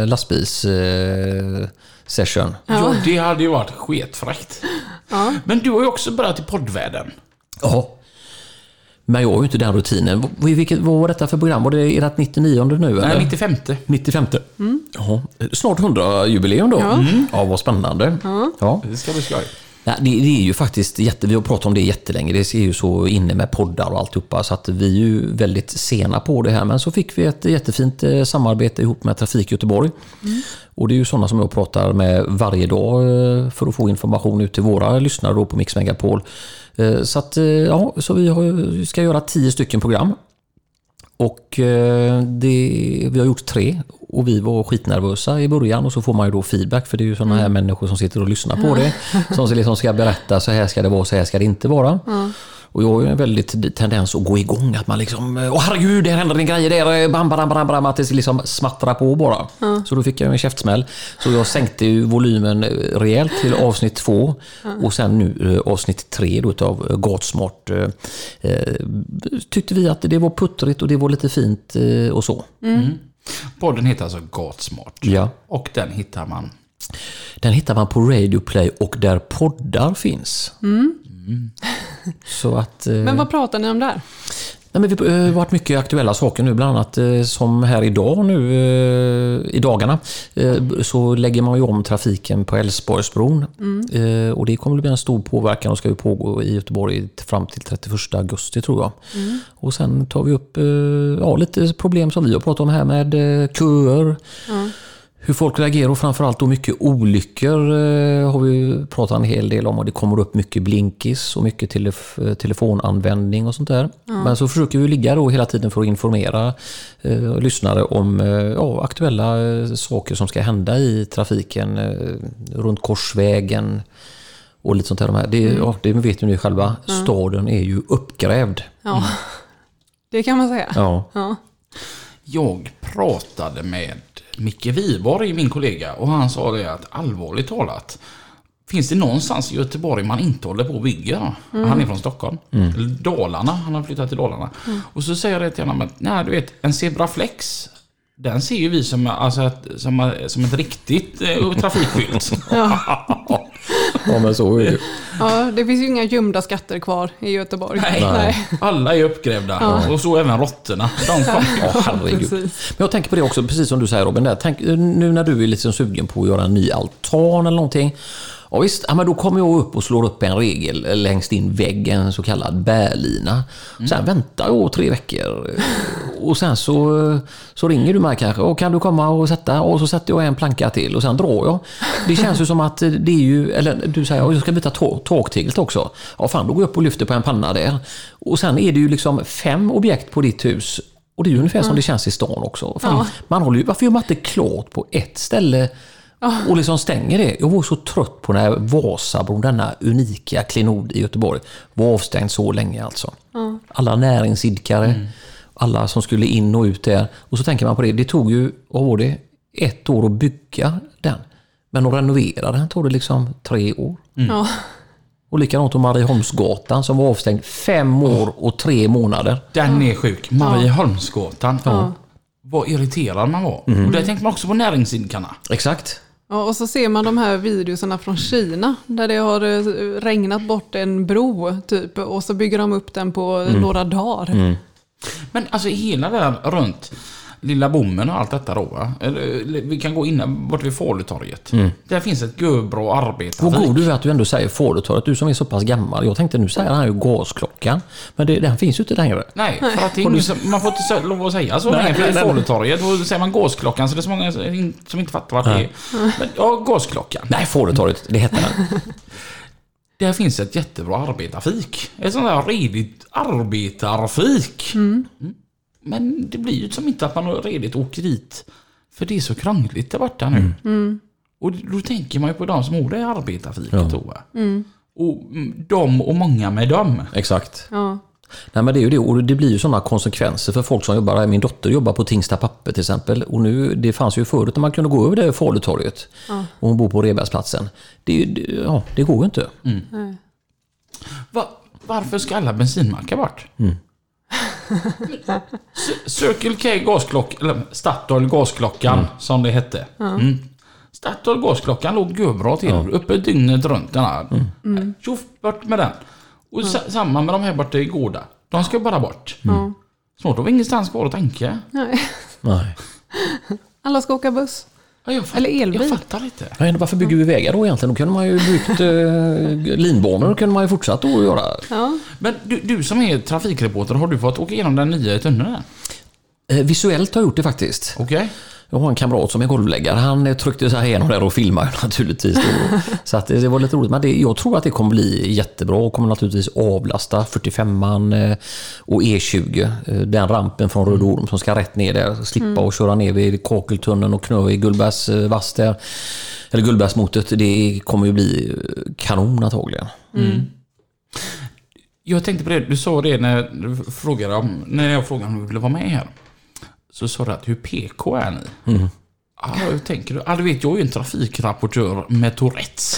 lastbils-session. Ja, det hade ju varit sketfräckt. Ja. Men du har ju också börjat i poddvärlden. Ja. Men jag har ju inte den rutinen. Vad var detta för program? Var det ert 99 nu? Nej, eller? 95. 95. Jaha. Snart 100-jubileum då. Ja, vad spännande. Ja. Det ska bli skoj. Ja, det är ju faktiskt vi har pratat om det jättelänge. Det är ju så inne med poddar och alltihopa, så att vi är ju väldigt sena på det här. Men så fick vi ett jättefint samarbete ihop med Trafik Göteborg. Och det är ju sådana som jag pratar med varje dag för att få information ut till våra lyssnare då på Mix Megapol. Så att så vi ska göra 10 stycken program. Och vi har gjort 3 och vi var skitnervösa i början, och så får man ju då feedback, för det är ju sådana här människor som sitter och lyssnar på det, som liksom ska berätta så här ska det vara, så här ska det inte vara. Och jag har ju en väldigt tendens att gå igång, att man liksom, herregud, det händer en grej där, bam, att det liksom smattrar på bara. Så då fick jag en käftsmäll. Så jag sänkte ju volymen rejält till avsnitt 2 och sen nu avsnitt 3 då av Gatsmart. Tyckte vi att det var puttrigt och det var lite fint och så. Podden heter alltså Gatsmart. Ja. Och den hittar man? Den hittar man på Radio Play och där poddar finns. Så att, men vad pratar ni om där? Nej, men vi har varit mycket aktuella saker nu, bland annat som här idag nu i dagarna så lägger man ju om trafiken på Älvsborgsbron och det kommer att bli en stor påverkan och ska ju pågå i Göteborg fram till 31 augusti tror jag. Och sen tar vi upp lite problem som vi har pratat om här med köer. Hur folk reagerar och framförallt då mycket olyckor har vi pratat en hel del om, och det kommer upp mycket blinkis och mycket telefonanvändning och sånt där. Men så försöker vi ligga då hela tiden för att informera lyssnare om aktuella saker som ska hända i trafiken runt korsvägen och lite sånt här. Det vet ju ni själva, staden är ju uppgrävd. Ja, det kan man säga. Ja. Jag pratade med Micke Wiborg, min kollega, och han sa det att allvarligt talat, finns det någonstans i Göteborg man inte håller på att bygga? Han är från Stockholm. Dalarna, han har flyttat till Dalarna. Och så säger jag det till honom att, nej, du vet, en zebraflex, den ser ju vi som ett riktigt trafikfyllt. Ja, men så är det. Ja, det finns ju inga gömda skatter kvar i Göteborg. Nej. Alla är uppgrävda. Och så även råttorna. Men jag tänker på det också, precis som du säger Robin. Nu när du är lite sugen på att göra en ny altan eller någonting. Ja visst, men då kommer jag upp och slår upp en regel längst in väggen, en så kallad bärlina. Sen väntar jag 3 veckor. Och sen så ringer du mig kanske. Och kan du komma och sätta? Och så sätter jag en planka till och sen drar jag. Det känns ju som att det är ju, eller du säger, jag ska byta takteglet också. Ja fan, då går jag upp och lyfter på en panna där. Och sen är det ju liksom 5 objekt på ditt hus. Och det är ju ungefär som det känns i stan också. Fan, man håller ju, varför gör man inte klart på ett ställe Och liksom stänger det. Jag var så trött på när Vasabron, denna unika klenod i Göteborg, var avstängd så länge alltså. Alla näringsidkare, alla som skulle in och ut där. Och så tänker man på det, det tog ju, vad var det, 1 år att bygga den. Men att renovera den tog det liksom 3 år. Ja. Och likadant om Marieholmsgatan som var avstängd 5 år och 3 månader. Den är sjuk. Marieholmsgatan. Vad irriterad man var. Och där tänkte man också på näringsidkarna. Exakt. Ja, och så ser man de här videorna från Kina där det har regnat bort en bro typ, och så bygger de upp den på några dagar. Men alltså hela där runt Lilla Bommen och allt detta då, va? Vi kan gå in bort vid Falutorget. Där finns ett bra arbete. Vad god du är att du ändå säger Falutorget, du som är så pass gammal. Jag tänkte nu säger han ju gasklockan. Men den finns ju inte längre. Nej, för att man får inte lov att säga så länge, för det är Falutorget. Och säger man gasklockan så det är så många som inte fattar vad det är. Men, gasklockan. Nej, Falutorget, det heter den. Där finns ett jättebra arbetarfik. Ett sånt där redigt arbetarfik. Men det blir ju som inte att man har redigt åker dit. För det är så krångligt där borta nu. Och då tänker man ju på de som har det arbetarfiket då. Och de och många med dem. Exakt. Ja. Nej, men det är ju det, och det blir ju sådana konsekvenser för folk som jobbar. Min dotter jobbar på Tingsta papper till exempel, och nu, det fanns ju förut när man kunde gå över det Falutorget och hon bor på Rebergsplatsen. Det går ju inte. Varför ska alla bensinmackar bort? Circle K gasklockan, eller Statoil gasklockan som det hette. Statoil gasklockan låg gubbra till uppe dygnet runt den här. Tjoff, bort med den. Och samma med de här borta i Gårda. De ska bara bort. Snart har vi ingenstans kvar att tänka. Nej. Alla ska åka buss. Ja, eller elbil. Jag fattar inte. Ja, varför bygger vi vägar då egentligen? Då kunde man ju byggt linbanor, då kunde man ju fortsatt att göra. Ja. Men du som är trafikreporter, har du fått åka igenom den nya tunneln? Visuellt har jag gjort det faktiskt. Okej. Jag har en kamrat som är golvläggare. Han tryckte sig igenom där och filmade naturligtvis. Så att det var lite roligt. Men jag tror att det kommer bli jättebra och kommer naturligtvis avlasta 45an och E20. Den rampen från Rödorm som ska rätt ner där. Slippa och köra ner vid Kakeltunneln och knö i Gullbergsvass där. Eller Gullbergsmotet. Det kommer ju bli kanon antagligen. Jag tänkte på det. Du sa det när jag frågade om du ville vara med här. Så sa du att hur PK är ni? Hur tänker du? Du vet, jag är ju en trafikrapportör med Tourettes.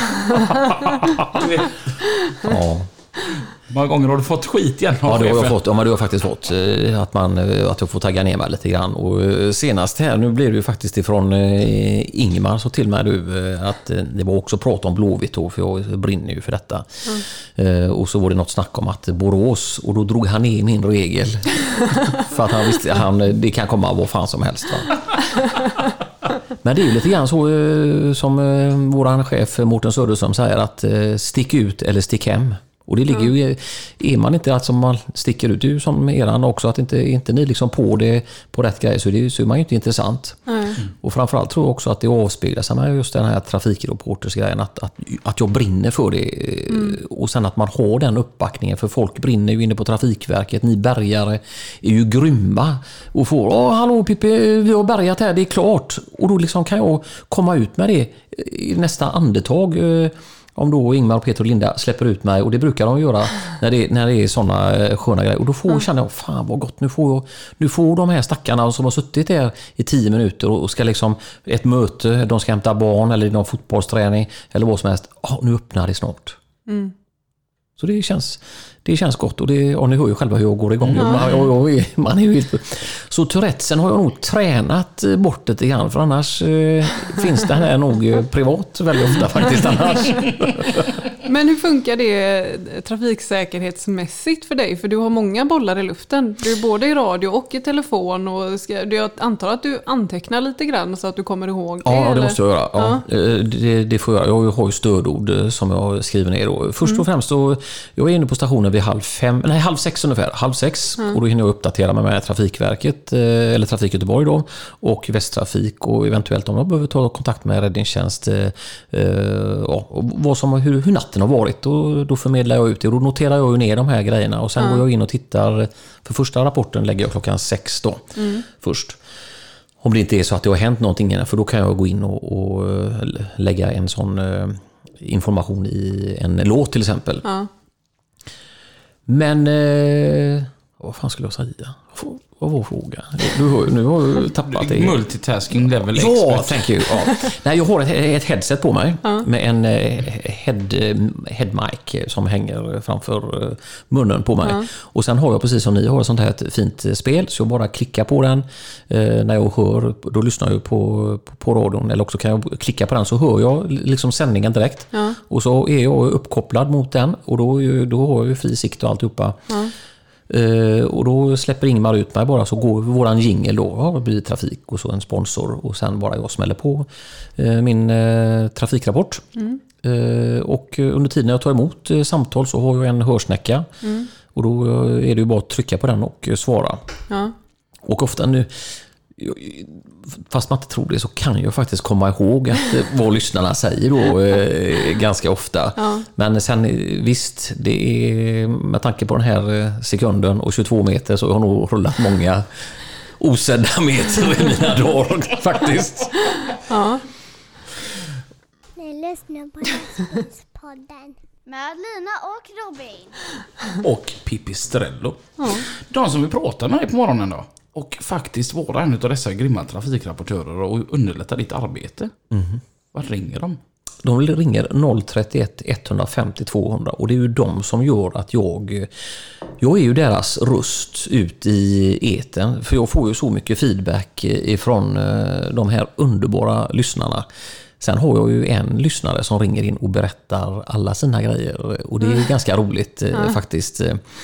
Ja. Många gånger har du fått skit igen. Ja, det har jag fått. Ja, men du har faktiskt fått att jag får tagga ner mig lite grann. Och senast här, nu blev det ju faktiskt ifrån Ingmar så till mig du att det var också prat om Blåvitt då, för jag brinner ju för detta. Och så var det något snack om att Borås, och då drog han ner min regel. För att han visste det kan komma vad fan som helst, va? Men det är ju lite grann så som våran chef Mårten Söderström säger, att stick ut eller stick hem. Och det ligger ju, är man inte att som man sticker ut, det är ju som eran också, att inte ni liksom på det på rätt grej, så är man ju inte intressant. Och framförallt tror jag också att det avspeglar sig med just den här trafikreportersgrejen, att jag brinner för det. Och sen att man har den uppbackningen, för folk brinner ju inne på Trafikverket. Ni bärgare är ju grymma och får, hallå Pippi, vi har bärgat här, det är klart. Och då liksom kan jag komma ut med det i nästa andetag. Om då Ingmar, Peter och Linda släpper ut mig, och det brukar de göra när det är såna sköna grejer, och då känner jag, fan vad gott, nu får de här stackarna som har suttit där i 10 minuter och ska liksom ett möte, de ska hämta barn eller någon fotbollsträning eller vad som helst, nu öppnar det snart. Så det känns gott, och ni hör ju själva hur jag går igång. Man är ju helt... Så Tourettesen har jag nog tränat bort lite grann, för annars finns det här nog privat väldigt ofta faktiskt annars. Men hur funkar det trafiksäkerhetsmässigt för dig? För du har många bollar i luften. Du är både i radio och i telefon, och jag antar att du antecknar lite grann så att du kommer ihåg det. Ja, det måste jag göra. Ja. Det får jag. Jag har ju stödord som jag skriver ner då. Först och främst så, jag är inne på stationen vid 6:30 ungefär. 6:30, och då hinner jag uppdatera mig med Trafikverket eller Trafik Göteborg då, och Västtrafik, och eventuellt om jag behöver ta kontakt med räddningstjänst, hur natten har varit, och då förmedlar jag ut det, och då noterar jag ju ner de här grejerna, och sen går jag in och tittar. För första rapporten lägger jag klockan 6 då först. Om det inte är så att det har hänt någonting innan, för då kan jag gå in och lägga en sån information i en låt till exempel. Ja. Men vad fan skulle jag säga? Vad var frågan? Nu har jag tappat det. Multitasking level expert. Ja, thank you. Ja. Nej, jag har ett headset på mig med en head mic som hänger framför munnen på mig. Och sen har jag, precis som ni har, sånt här ett fint spel, så jag bara klickar på den när jag hör, då lyssnar jag på radion, eller också kan jag klicka på den så hör jag liksom sändningen direkt. Och så är jag uppkopplad mot den och då har jag ju fri sikt och alltihopa. Och då släpper Ingmar ut mig bara, så går våran jingle då, det blir trafik och så en sponsor, och sen bara jag smäller på min trafikrapport. Och under tiden jag tar emot samtal så har jag en hörsnäcka, och då är det ju bara att trycka på den och svara. Och ofta nu, fast man inte tror det, så kan jag faktiskt komma ihåg att vad lyssnarna säger då ganska ofta. Men sen visst, det är med tanke på den här sekunden och 22 meter, så jag har nog rullat många osedda meter i mina dagar faktiskt. Ni lyssnar på Lastbilspodden med Lina och Robin. Och Pippi Strello. De som vi pratar med på morgonen då. Och faktiskt vara en av dessa grymma trafikrapportörer och underlätta ditt arbete. Vad ringer de? De ringer 031 150 200, och det är ju de som gör att jag är ju deras röst ut i eten, för jag får ju så mycket feedback ifrån de här underbara lyssnarna. Sen har jag ju en lyssnare som ringer in och berättar alla sina grejer, och det är ganska roligt faktiskt.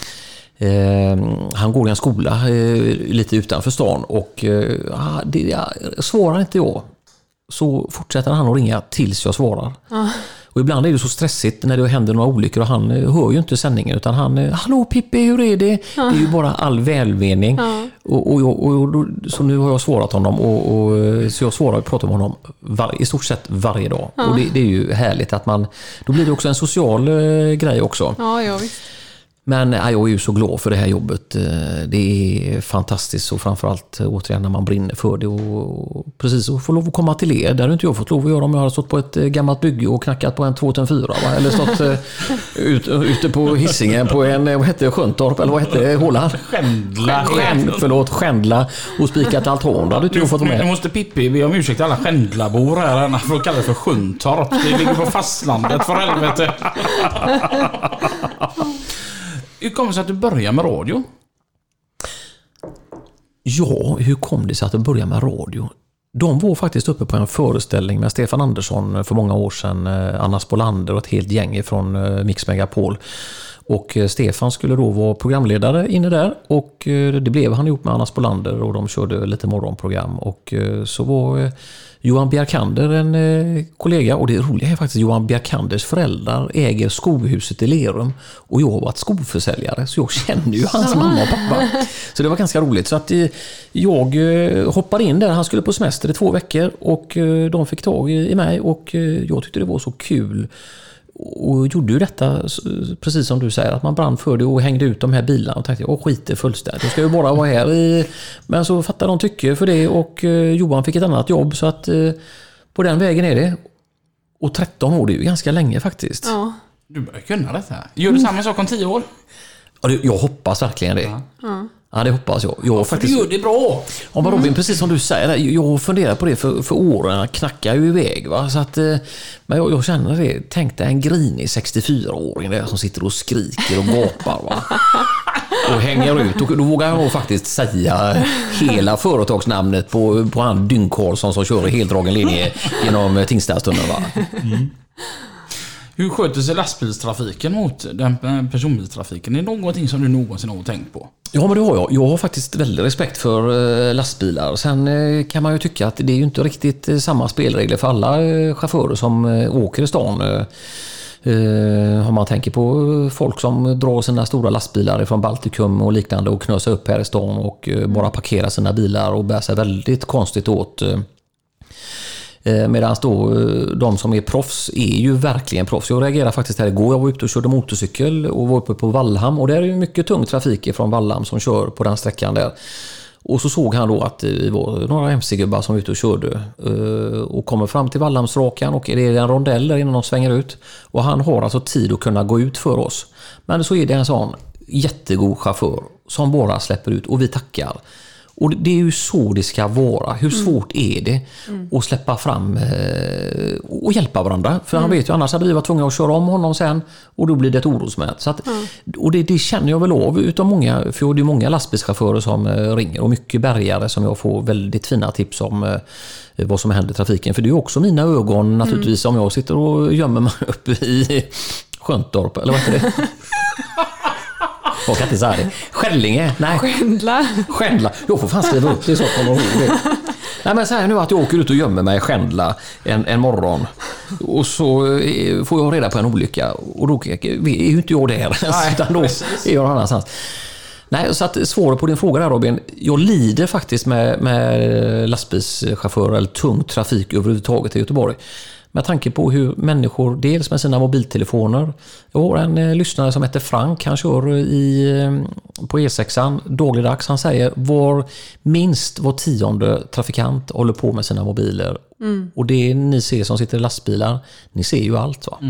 Han går i en skola lite utanför stan, och svarar inte jag, så fortsätter han att ringa tills jag svarar. Och ibland är det så stressigt när det händer några olyckor och han hör ju inte sändningen, utan han, hallå Pippi, hur är det? Det är ju bara all välmening. Så nu har jag svarat honom, så jag svarar och pratar med honom i stort sett varje dag. Och det är ju härligt att då blir det också en social grej också. Ja, visst. Men jag är ju så glad för det här jobbet. Det är fantastiskt, och framförallt återigen när man brinner för det, och precis att få lov att komma till er. Där har inte jag fått lov att göra om jag hade stått på ett gammalt bygge och knackat på en 2004, va? Eller stått ute på Hisingen på en, vad hette Sjöntorp, eller vad hette Håland? Skändla och spikat altan. Hade inte jag fått med. Nu måste Pippi, vi har ursäkt alla Skändlabor här, för att kalla det för Sjöntorp. Det ligger på fastlandet, för helvete. Hur kom det sig att du började med radio? Ja, hur kom det sig att du började med radio? De var faktiskt uppe på en föreställning med Stefan Andersson för många år sedan, Anna Spolander och ett helt gäng från Mix Megapol. Och Stefan skulle då vara programledare inne där, och det blev han ihop med Anna Spolander, och de körde lite morgonprogram, och så var Johan Bjerkander en kollega, och det roliga är faktiskt att Johan Bjerkanders föräldrar äger skohuset i Lerum, och jag har varit skoförsäljare, så jag känner ju hans mamma och pappa. Så det var ganska roligt, så att jag hoppade in där. Han skulle på semester i 2 veckor, och de fick tag i mig, och jag tyckte det var så kul. Och gjorde ju detta, precis som du säger, att man brann för det och hängde ut de här bilarna, och tänkte, skit är fullständigt, jag ska ju bara vara här i. Men så fattade de tycke för det, och Johan fick ett annat jobb, så att på den vägen är det. Och 13 år, det är ju ganska länge faktiskt. Ja. Du börjar kunna detta. Gör du samma sak om 10 år? Ja, jag hoppas verkligen det. Ja, det hoppas jag. Ja, faktiskt, du gör det bra. Ja, men Robin, precis som du säger, jag funderar på det, för åren knackar ju iväg, va? Så att, men jag känner det. Tänk dig en grinig 64-åring där som sitter och skriker och gapar, va? Och hänger ut. Och då vågar jag nog faktiskt säga hela företagsnamnet på han Dyn Karlsson som kör i heldragen linje genom Tingstadstunneln, va? Hur sköter sig lastbilstrafiken mot den personbilstrafiken? Är det någonting som du någonsin har tänkt på? Ja, men det har jag. Jag har faktiskt väldigt respekt för lastbilar. Sen kan man ju tycka att det är ju inte riktigt samma spelregler för alla chaufförer som åker i stan. Om man tänker på folk som drar sina stora lastbilar från Baltikum och liknande och knösar upp här i stan och bara parkerar sina bilar och bär sig väldigt konstigt åt. Medan då de som är proffs är ju verkligen proffs. Jag reagerade faktiskt här igår. Jag var ute och körde motorcykel och var uppe på Vallhamn, och där är ju mycket tung trafik från Vallhamn som kör på den sträckan där. Och så såg han då att det var några MC-gubbar som var ute och körde och kommer fram till Vallhamnsrakan och det är en rondell där innan de svänger ut. Och han har alltså tid att kunna gå ut för oss. Men så är det en sån jättegod chaufför som bara släpper ut och vi tackar. Och det är ju så det ska vara. Hur svårt är det att släppa fram och hjälpa varandra? För han vet ju, annars hade vi varit tvungna att köra om honom sen och då blir det ett orosmät. Så att, och det känner jag väl av utav många, för det är många lastbilschaufförer som ringer och mycket bärgare som jag får väldigt fina tips om vad som händer i trafiken. För det är ju också mina ögon naturligtvis om jag sitter och gömmer mig uppe i Sköntorp, eller vad heter det? Jag kan inte säga det. Skällinge? Nej. Skändla. Jag får fan skriva upp det så kommer jag ihåg det. Nej, men så här nu att jag åker ut och gömmer mig i Skändla en morgon. Och så får jag reda på en olycka. Och då är ju inte jag där. Nej, utan då är jag någon annanstans. Nej, så att svaret på din fråga där, Robin. Jag lider faktiskt med lastbilschaufförer eller tung trafik överhuvudtaget i Göteborg. Med tanke på hur människor, dels med sina mobiltelefoner. Jag har en lyssnare som heter Frank, han kör på E6 dagligdags. Han säger var 10:e trafikant håller på med sina mobiler. Och det ni ser som sitter i lastbilar, ni ser ju allt va?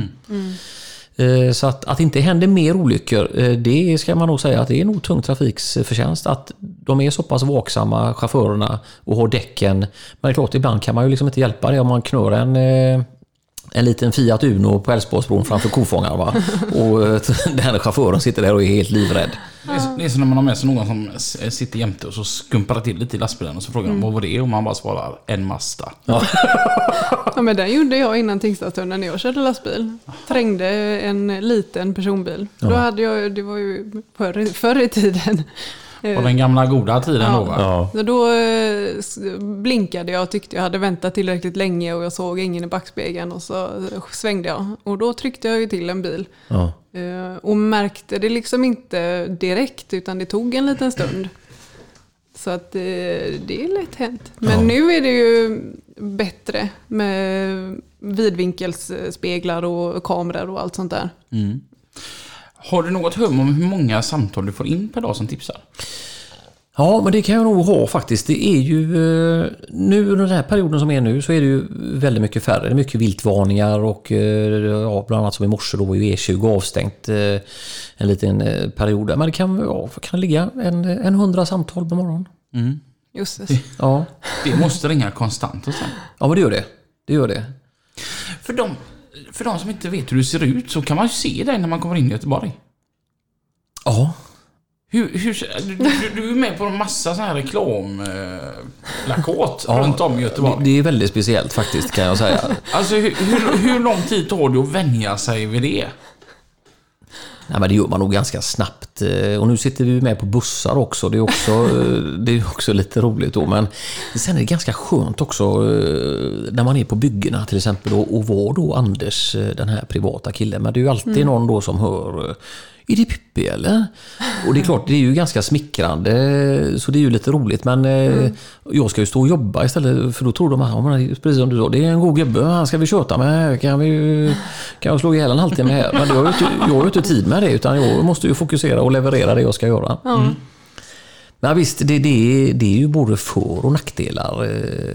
Så att inte händer mer olyckor, det ska man nog säga att det är nog tung trafiks förtjänst att de är så pass vaksamma, chaufförerna, och har däcken. Men det är klart, ibland kan man ju liksom inte hjälpa det om man knör en liten Fiat Uno på Älvsborgsbron framför kofångaren va? Och den här chauffören sitter där och är helt livrädd. Det är som när man har med sig någon som sitter jämte och så skumpar det till lite i lastbilen och så frågar de vad var det och man bara svarar en Mazda. Ja. Ja, men den gjorde jag innan Tingstadstunneln när jag körde lastbil. Trängde en liten personbil. Ja. Då hade jag, det var ju förr i tiden. På den gamla goda tiden då va? Ja. Så då blinkade jag och tyckte jag hade väntat tillräckligt länge och jag såg ingen i backspegeln och så svängde jag. Och då tryckte jag ju till en bil. Ja. Och märkte det liksom inte direkt utan det tog en liten stund. Så att det är lätt hänt. Men nu är det ju bättre med vidvinkelsspeglar och kameror och allt sånt där. Mm. Har du något hum om hur många samtal du får in per dag som tipsar? Ja, men det kan jag nog ha faktiskt. Det är ju nu under den här perioden som är nu så är det ju väldigt mycket färre. Det är mycket viltvarningar och bland annat som i morse då var ju E20 avstängt en liten period. Men det kan ligga en 100 samtal på morgonen. Mm. Just det. Ja. Det måste ringa konstant och så. Ja, men det gör det. Det gör det. För de som inte vet hur du ser ut så kan man ju se dig när man kommer in i Göteborg. Ja. Du är med på en massa sån här reklamplakat runt om i Göteborg. Det är väldigt speciellt faktiskt kan jag säga. Alltså hur lång tid tar det att vänja sig vid det? Nej, men det gör man nog ganska snabbt. Och nu sitter vi med på bussar också. Det är också lite roligt då. Men sen är det ganska skönt också när man är på byggena till exempel. Och var då Anders, den här privata killen. Men det är ju alltid någon då som hör... Är det Pippi eller? Och det är klart, det är ju ganska smickrande. Så det är ju lite roligt. Men jag ska ju stå och jobba istället. För då tror de, precis som du sa, det är en god gubbe. Han ska vi köta med. Kan jag slå ihjäl en halvtimme här? Men jag har ju inte tid med det. Utan jag måste ju fokusera och leverera det jag ska göra. Mm. Men visst, det är ju både för- och nackdelar.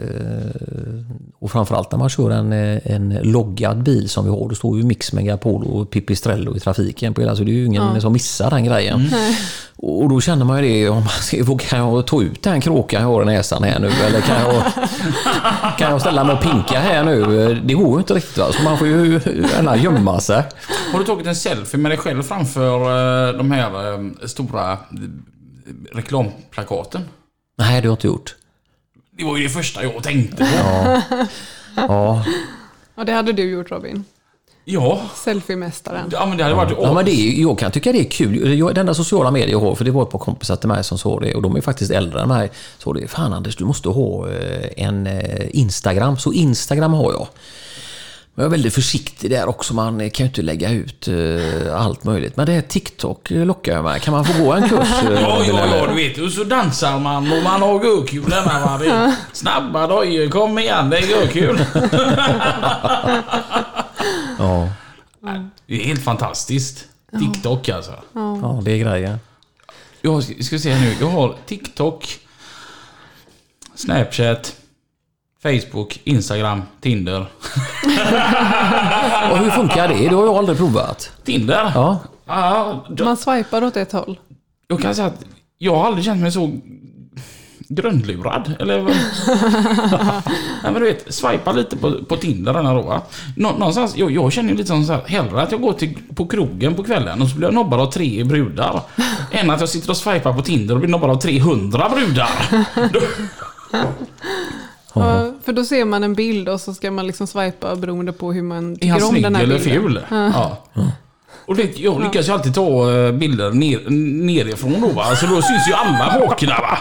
Och framförallt när man kör en loggad bil som vi har. Det står ju Mix Megapol och Pipistrello i trafiken på hela, så det är ju ingen som missar den grejen. Mm. Och då känner man ju det, om man ska, kan jag ta ut den kråkan jag har i näsan här nu? Eller kan jag ställa mig och pinka här nu? Det går ju inte riktigt, så man får ju gärna gömma sig. Har du tagit en selfie med dig själv framför de här stora reklamplakaten? Nej, det har jag inte gjort. Det var ju det första jag tänkte på. Ja. Ja, det hade du gjort, Robin. Ja. Selfie-mästaren. Ja, men det hade varit... Ja, men jag kan tycka det är kul. Den enda sociala medier jag har, för det var ett par kompisar till mig som sa det, och de är faktiskt äldre än mig. Så det, fan Anders, du måste ha en Instagram. Så Instagram har jag. Men jag är väldigt försiktig där också. Man kan ju inte lägga ut allt möjligt. Men det här TikTok lockar jag mig. Kan man få gå en kurs? Ja, du vet. Och så dansar man och man har görkul. Snabba dojor, kom igen, det är görkul. Ja. Det är helt fantastiskt. TikTok alltså. Ja, det är grejer. Jag ska se nu. Jag har TikTok, Snapchat, Facebook, Instagram, Tinder. Och hur funkar det? Det har jag aldrig provat. Tinder? Ja. Man swipar åt ett håll. Jag kan säga att jag har aldrig känt mig så grundlurad. Eller nej, men du vet, swipa lite på Tinder då, va? Någonstans, jag känner ju lite som så här, hellre att jag går på krogen på kvällen och så blir jag nobbad av 3 brudar än att jag sitter och swipar på Tinder och blir nobbad av 300 brudar. Ja, för då ser man en bild och så ska man liksom swipa beroende på hur man tycker om den här bilden. Är han snygg eller ful? Ja. Och jag lyckas ju alltid ta bilder nerifrån då, va? Så då syns ju alla båkarna, va?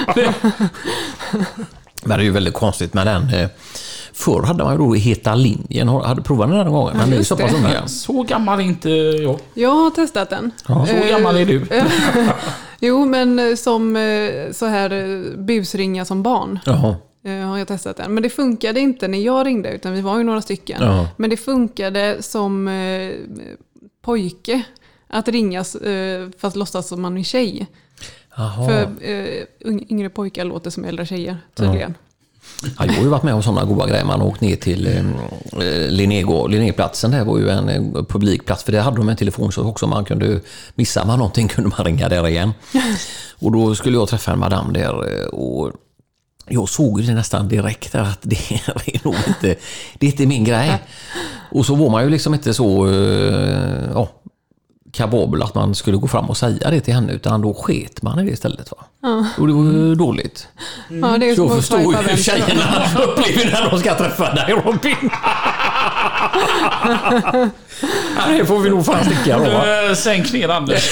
Men det är ju väldigt konstigt med den. Förr hade man ju då Heta linjen. Hade provat den någon gång. Men det är så pass unga. Så gammal är inte jag. Jag har testat den. Ja. Så gammal är du. Jo, men som så här busringa som barn. Jaha. Har jag testat den. Men det funkade inte när jag ringde, utan vi var ju några stycken. Jaha. Men det funkade som pojke att ringas fast låtsas som man är tjej. Jaha. För yngre pojkar låter som äldre tjejer, tydligen. Ja, jag har ju varit med om sådana goda grejer. Man har åkt ner till Linnéplatsen. Det var ju en publikplats, för det hade de en telefon så också man kunde missa man någonting kunde man ringa där igen. Och då skulle jag träffa en madam där och jag såg det nästan direkt att det är nog inte, det är inte min grej. Och så var man ju liksom inte så kapabel att man skulle gå fram och säga det till henne, utan då sket man i det istället, va? Ja. Och det var ju dåligt. Ja, det är så förstår ju hur tjejerna upplever när de ska träffa dig, Robin. Det får vi nog fan sticka då, va? Sänk ner, Anders.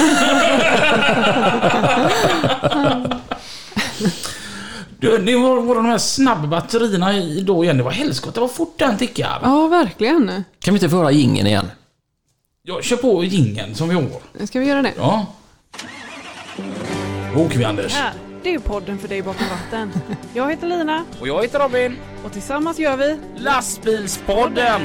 Det var de här snabba batterierna då igen. Det var helskott, det var fort den tickar. Ja, verkligen. Kan vi inte få höra jingeln igen? Jag kör på jingeln som vi har. Ska vi göra det? Ja. Vad åker vi, Anders? Ja, det är ju podden för dig bakom vatten. Jag heter Lina. Och jag heter Robin. Och tillsammans gör vi Lastbilspodden.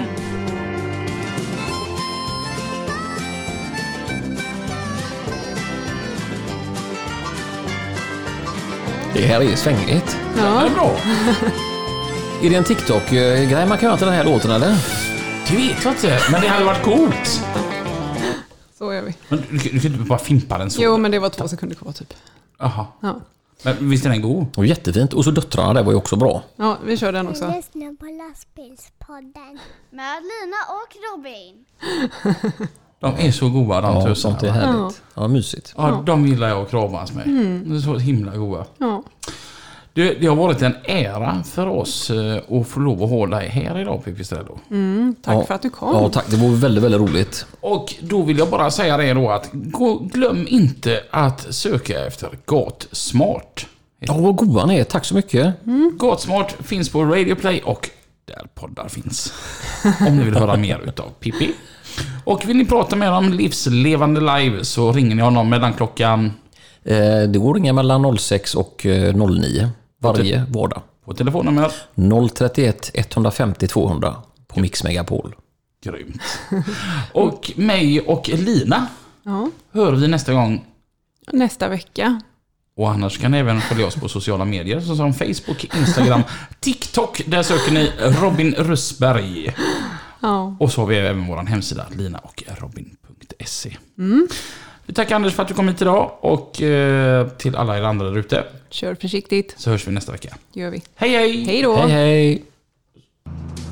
Det här är svängigt. Ja. Det är bra. Är det en TikTok-grej man kan göra till den här låten, eller? Det vet jag inte, men det hade varit coolt. Så gör vi. Men du kan inte bara fimpa den så. Jo, men det var 2 sekunder kvar typ. Jaha. Ja. Men visst är den god? Och jättefint. Och så döttrarna där var ju också bra. Ja, vi kör den också. Lyssna på Lastbilspodden med Lina och Robin. De är så goda, de Ja, tusen. sånt är härligt. Ja, mysigt. Ja, de gillar jag att kramas med. De är så himla goda. Ja. Det har varit en ära för oss att få lov att hålla dig här idag, Pipistrello. Tack för att du kom. Ja, tack. Det var väldigt, väldigt roligt. Och då vill jag bara säga det då att glöm inte att söka efter GatSmart. Ja, vad goda ni är. Tack så mycket. GatSmart finns på Radio Play och där poddar finns. Om ni vill höra mer utav Pippi. Och vill ni prata mer om livslevande live så ringer ni honom mellan klockan... Det går att ringa mellan 06 och 09 varje vardag. På telefonnummer 031 150 200 på Mix Megapol. Grymt. Och mig och Lina hör vi nästa gång. Nästa vecka. Och annars kan ni även följa oss på sociala medier som Facebook, Instagram, TikTok. Där söker ni Robin Russberg. Ja. Och så har vi även vår hemsida linaochrobin.se. Vi tackar Anders för att du kom hit idag och till alla er andra där ute. Kör försiktigt. Så hörs vi nästa vecka. Gör vi. Hej hej! Hej då! Hej hej!